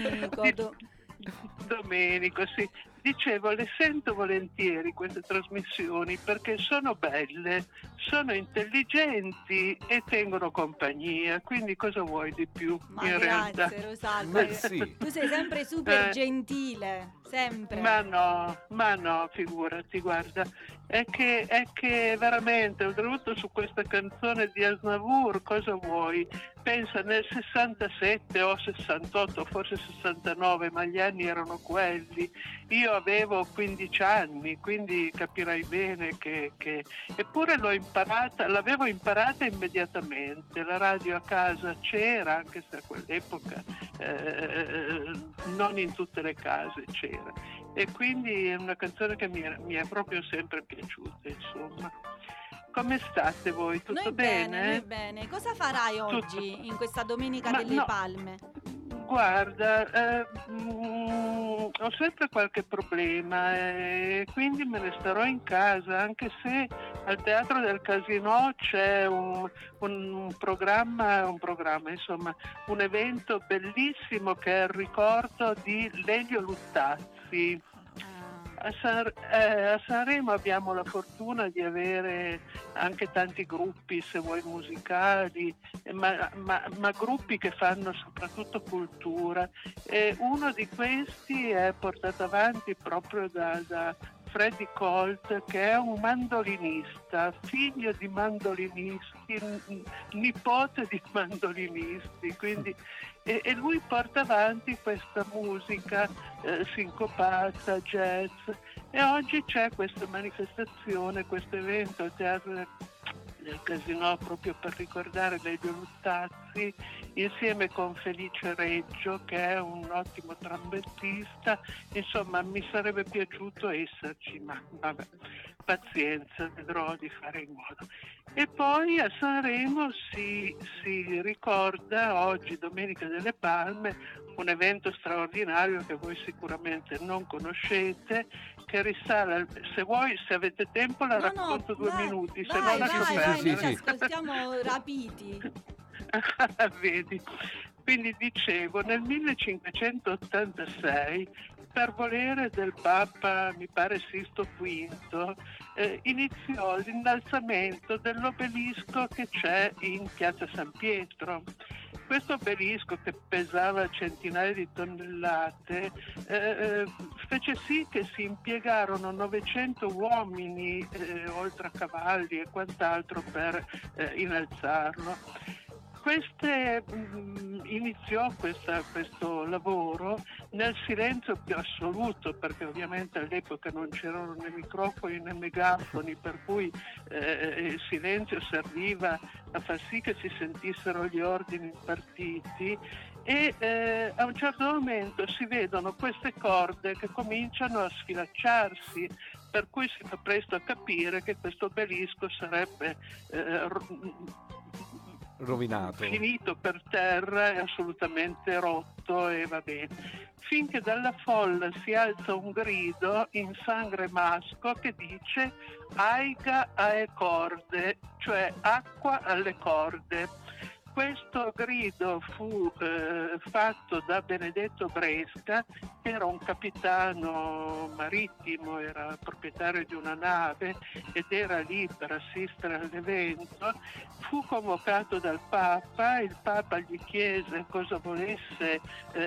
Domenico, sì. Dicevo, le sento volentieri queste trasmissioni perché sono belle, sono intelligenti e tengono compagnia, quindi cosa vuoi di più? Ma in realtà? Rosalba, sì. Tu sei sempre super gentile, sempre. Ma no, figurati, guarda, è che veramente, oltretutto su questa canzone di Aznavour, cosa vuoi? Pensa, nel 67 o 68, forse 69, ma gli anni erano quelli. Io avevo 15 anni, quindi capirai bene che eppure l'avevo imparata immediatamente. La radio a casa c'era, anche se a quell'epoca non in tutte le case c'era. E quindi è una canzone che mi è proprio sempre piaciuta, insomma. Come state voi? Tutto Noi bene? Noi bene. Cosa farai oggi in questa Domenica Ma delle no. Palme? Guarda, ho sempre qualche problema e quindi me ne starò in casa, anche se al Teatro del Casino c'è un programma, insomma, un evento bellissimo che è il ricordo di Lelio Luttazzi. A Sanremo abbiamo la fortuna di avere anche tanti gruppi, se vuoi musicali, ma gruppi che fanno soprattutto cultura, e uno di questi è portato avanti proprio da Freddy Colt, che è un mandolinista, figlio di mandolinisti, nipote di mandolinisti, quindi e lui porta avanti questa musica sincopata, jazz, e oggi c'è questa manifestazione, questo evento al Teatro del Casino proprio per ricordare Lelio Luttazzi, insieme con Felice Reggio, che è un ottimo trombettista. Insomma, mi sarebbe piaciuto esserci, ma vabbè, pazienza, vedrò di fare in modo. E poi a Sanremo si ricorda oggi, Domenica delle Palme, un evento straordinario che voi sicuramente non conoscete, che risale, se avete tempo la racconto 2 minuti, se no lascio perdere. Noi ascoltiamo rapiti. Vedi, quindi dicevo, nel 1586, per volere del Papa, mi pare Sisto V, iniziò l'innalzamento dell'obelisco che c'è in Piazza San Pietro. Questo obelisco, che pesava centinaia di tonnellate, fece sì che si impiegarono 900 uomini, oltre a cavalli e quant'altro, per innalzarlo. Iniziò questo lavoro nel silenzio più assoluto, perché ovviamente all'epoca non c'erano né microfoni né megafoni, per cui il silenzio serviva a far sì che si sentissero gli ordini impartiti, e a un certo momento si vedono queste corde che cominciano a sfilacciarsi, per cui si fa presto a capire che questo obelisco sarebbe rovinato, finito per terra e assolutamente rotto, e va bene. Finché dalla folla si alza un grido in sangremasco che dice "Aiga ae corde", cioè acqua alle corde. Questo grido fu fatto da Benedetto Bresca, che era un capitano marittimo, era proprietario di una nave ed era lì per assistere all'evento. Fu convocato dal Papa, il Papa gli chiese cosa volesse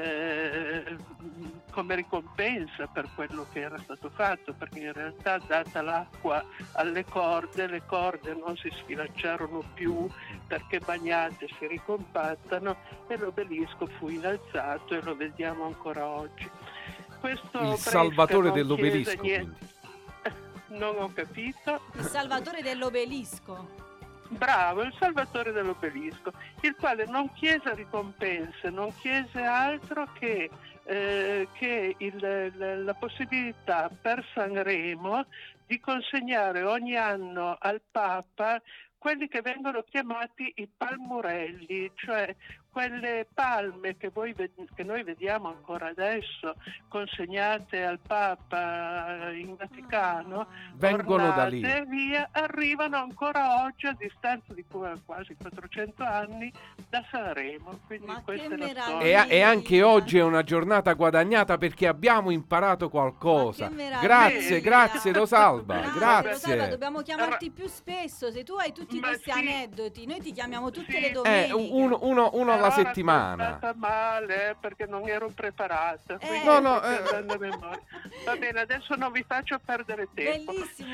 come ricompensa per quello che era stato fatto, perché in realtà, data l'acqua alle corde, le corde non si sfilacciarono più perché bagnate si ricompattano, e l'obelisco fu innalzato e lo vediamo ancora oggi. Il salvatore dell'obelisco, quindi. Non ho capito. Il salvatore dell'obelisco. Bravo, il salvatore dell'obelisco, il quale non chiese ricompense, non chiese altro che la possibilità per Sanremo di consegnare ogni anno al Papa quelli che vengono chiamati i palmurelli, cioè quelle palme che noi vediamo ancora adesso consegnate al Papa in Vaticano, vengono da lì, via, arrivano ancora oggi, a distanza di quasi 400 anni, da Sanremo. Quindi Ma questa che è la meraviglia! storia. e anche oggi è una giornata guadagnata perché abbiamo imparato qualcosa. Grazie Rosalba, Rosalba, grazie. dobbiamo chiamarti più spesso, se tu hai tutti questi sì. aneddoti, noi ti chiamiamo tutte Sì. le domeniche. Uno alla settimana. Raccontata male perché non ero preparata. quindi No, prendo a memoria. Va bene, adesso non vi faccio perdere tempo. Bellissimo.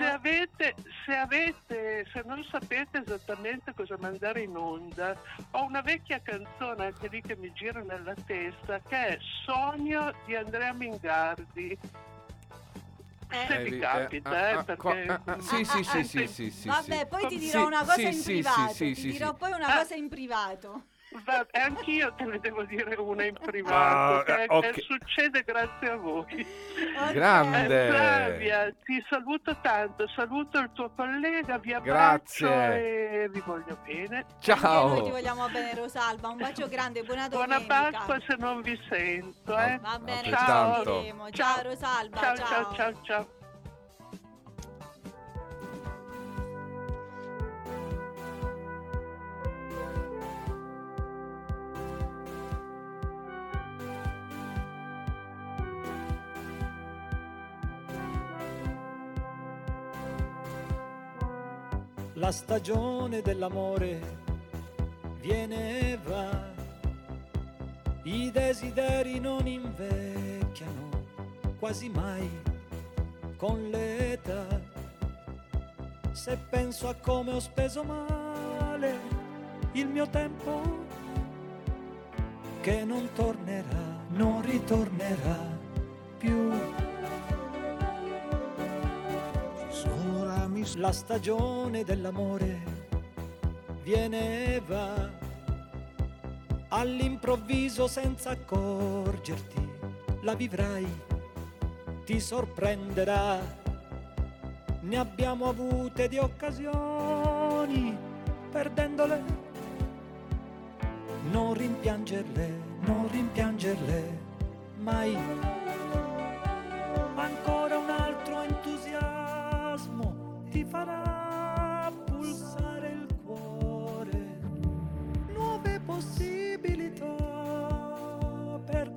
Se non sapete esattamente cosa mandare in onda, ho una vecchia canzone anche lì che mi gira nella testa, che è Sogno di Andrea Mingardi. Se vi capita, perché sì. Vabbè, poi ti dirò una cosa in privato. Ti dirò poi una cosa in privato. E anch'io te ne devo dire una in privato, che ok. succede grazie a voi. Grande. Flavia, ti saluto tanto, saluto il tuo collega, vi abbraccio Grazie. e vi voglio bene. Anche Ciao. noi ti vogliamo bene, Rosalba. Un bacio grande, buona Buona domenica. Pasqua se non vi sento. Va bene, ci Altrettanto. sentiremo. Ciao Rosalba, Ciao, ciao, ciao, ciao. La stagione dell'amore viene e va, i desideri non invecchiano quasi mai con l'età. Se penso a come ho speso male il mio tempo, che non tornerà, non ritornerà più. La stagione dell'amore viene e va, all'improvviso senza accorgerti, la vivrai, ti sorprenderà. Ne abbiamo avute di occasioni, perdendole, non rimpiangerle, non rimpiangerle mai. Ancora un altro entusiasmo ti farà pulsare il cuore, nuove possibilità per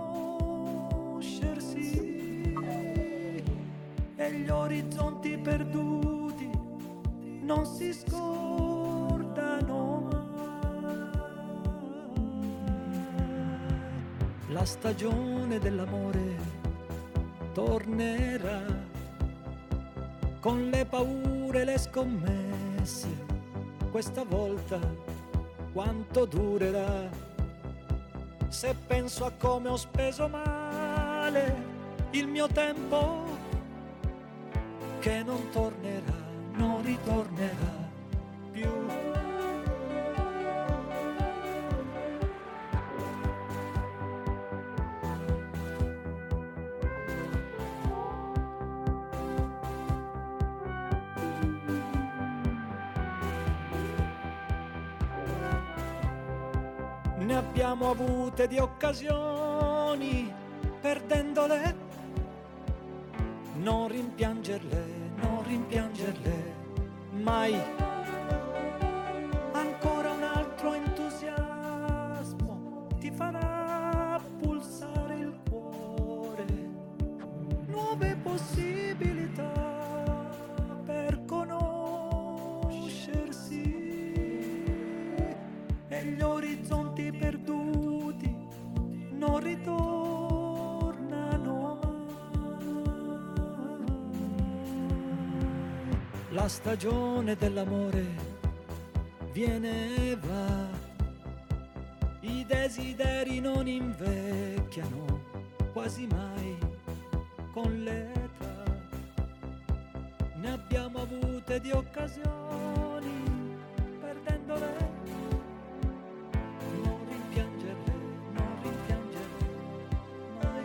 conoscersi, e gli orizzonti perduti non si scordano mai. La stagione dell'amore tornerà, con le paure e le scommesse, questa volta quanto durerà? Se penso a come ho speso male il mio tempo, che non tornerà, non ritornerà più. Ne abbiamo avute di occasioni, perdendole, non rimpiangerle, non rimpiangerle mai. Ancora un altro entusiasmo ti farà pulsare il cuore, nuove possibilità per conoscersi, e gli orizzonti perduti non ritornano mai. La stagione dell'amore viene e va, i desideri non invecchiano quasi mai con l'età. Ne abbiamo avute di occasioni, perdendole, non rimpiangerle, non rimpiangerle mai.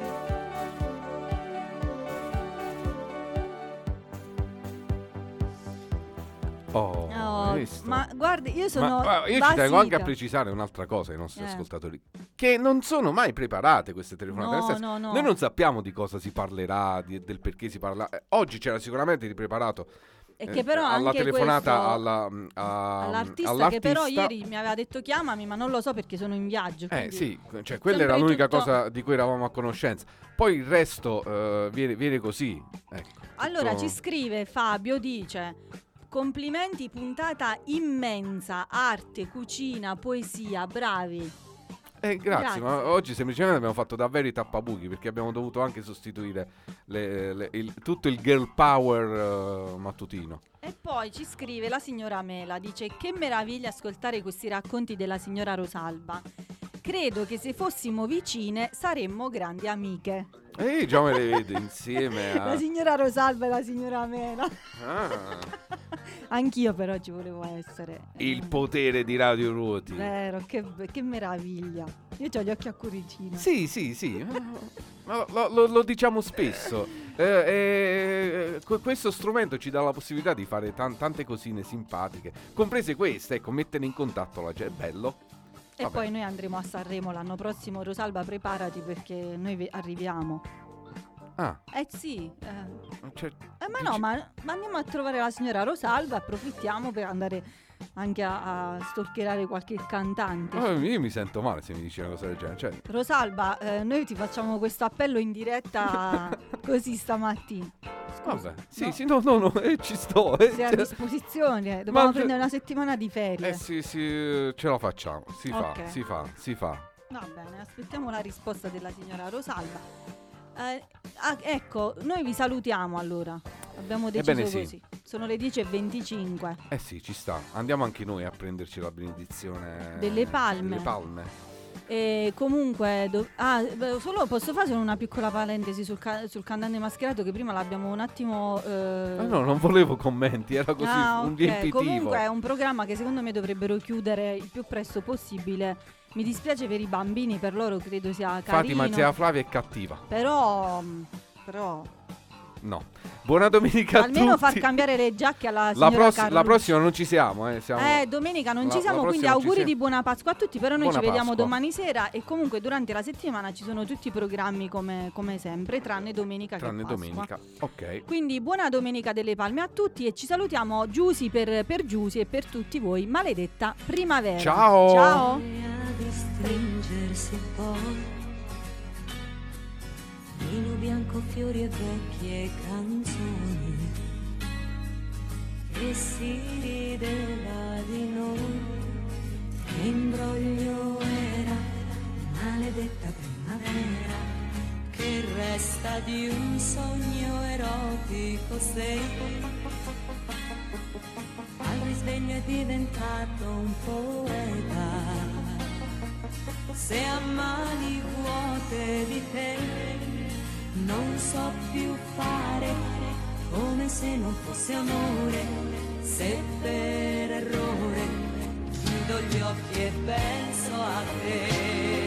Oh, Oh, hai visto? ma guardi, io sono Ma io ci tengo anche a basita. precisare un'altra cosa ai nostri Eh. ascoltatori, che non sono mai preparate queste telefonate. No, Nel senso, no, no. noi non sappiamo di cosa si parlerà, del perché si parla. Oggi c'era sicuramente di preparato. E che però alla anche telefonata questo all'artista, che però ieri mi aveva detto chiamami, ma non lo so perché sono in viaggio. quindi sì, cioè quella sempre era l'unica tutto- cosa di cui eravamo a conoscenza. Poi il resto viene così. Ecco, Allora tutto- ci scrive Fabio, dice: complimenti, puntata immensa, arte, cucina, poesia, bravi. Grazie, Grazie. ma oggi semplicemente abbiamo fatto davvero i tappabuchi, perché abbiamo dovuto anche sostituire tutto il girl power mattutino. E poi ci scrive la signora Mela, dice: che meraviglia ascoltare questi racconti della signora Rosalba. Credo che se fossimo vicine saremmo grandi amiche. Già me le vedo insieme a... La signora Rosalba e la signora Mela. Ah. Anch'io però ci volevo essere. Il potere di Radio Ruoti. Vero, che meraviglia. Io ho gli occhi a cuoricino. Sì. Lo diciamo spesso. Questo strumento ci dà la possibilità di fare tante cosine simpatiche, comprese queste, ecco, mettere in contatto la gente, è bello. E Vabbè. poi noi andremo a Sanremo l'anno prossimo. Rosalba, preparati perché noi arriviamo. Ah. Sì. Cioè, Ma no, ma andiamo a trovare la signora Rosalba, approfittiamo per andare anche a stalkerare qualche cantante. io mi sento male se mi dici una cosa del genere. Cioè, Rosalba, noi ti facciamo questo appello in diretta così stamattina. Vabbè, sì, no. no, ci sto. Sei a disposizione, dobbiamo prendere una settimana di ferie. Sì, ce la facciamo, si fa. Va bene, aspettiamo la risposta della signora Rosalba. Ecco, noi vi salutiamo allora. Abbiamo deciso così. Sì. Sono le 10:25. Sì, ci sta. Andiamo anche noi a prenderci la benedizione delle palme. E comunque solo posso fare solo una piccola parentesi sul cantante mascherato, che prima l'abbiamo un attimo no, non volevo commenti, era così un riempitivo. Comunque è un programma che secondo me dovrebbero chiudere il più presto possibile. Mi dispiace per i bambini, per loro credo sia carino. Fatima, zia Flavia è cattiva. Però no. Buona domenica a tutti. Almeno far cambiare le giacche alla signora Carlucci. La prossima non ci siamo, domenica non ci siamo, quindi auguri di buona Pasqua a tutti. Però noi ci vediamo domani sera, e comunque durante la settimana ci sono tutti i programmi come sempre, tranne domenica che è Pasqua. Ok. Quindi buona domenica delle palme a tutti, e ci salutiamo Giusy per Giusy e per tutti voi. Maledetta primavera. Ciao. Stringersi poi vino bianco, fiori e vecchie canzoni, e si rideva di noi. Che imbroglio era, maledetta primavera, che resta di un sogno erotico sei. Al risveglio è diventato un poeta, se a mani vuote di te non so più fare, come se non fosse amore, se per errore chiudo gli occhi e penso a te.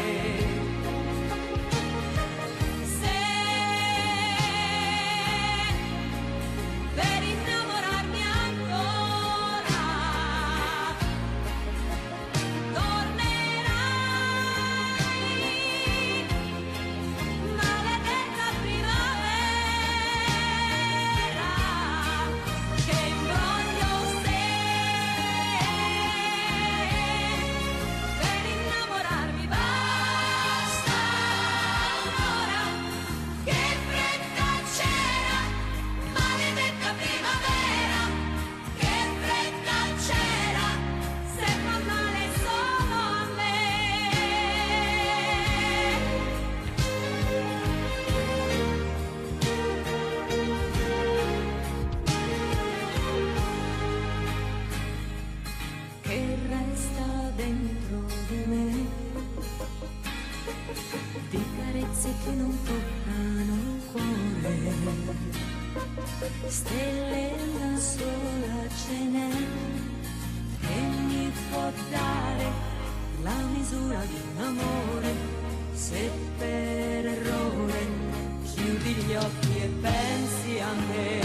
Che non toccano il cuore, stelle una sola ce n'è, che mi può dare la misura di un amore, se per errore chiudi gli occhi e pensi a me.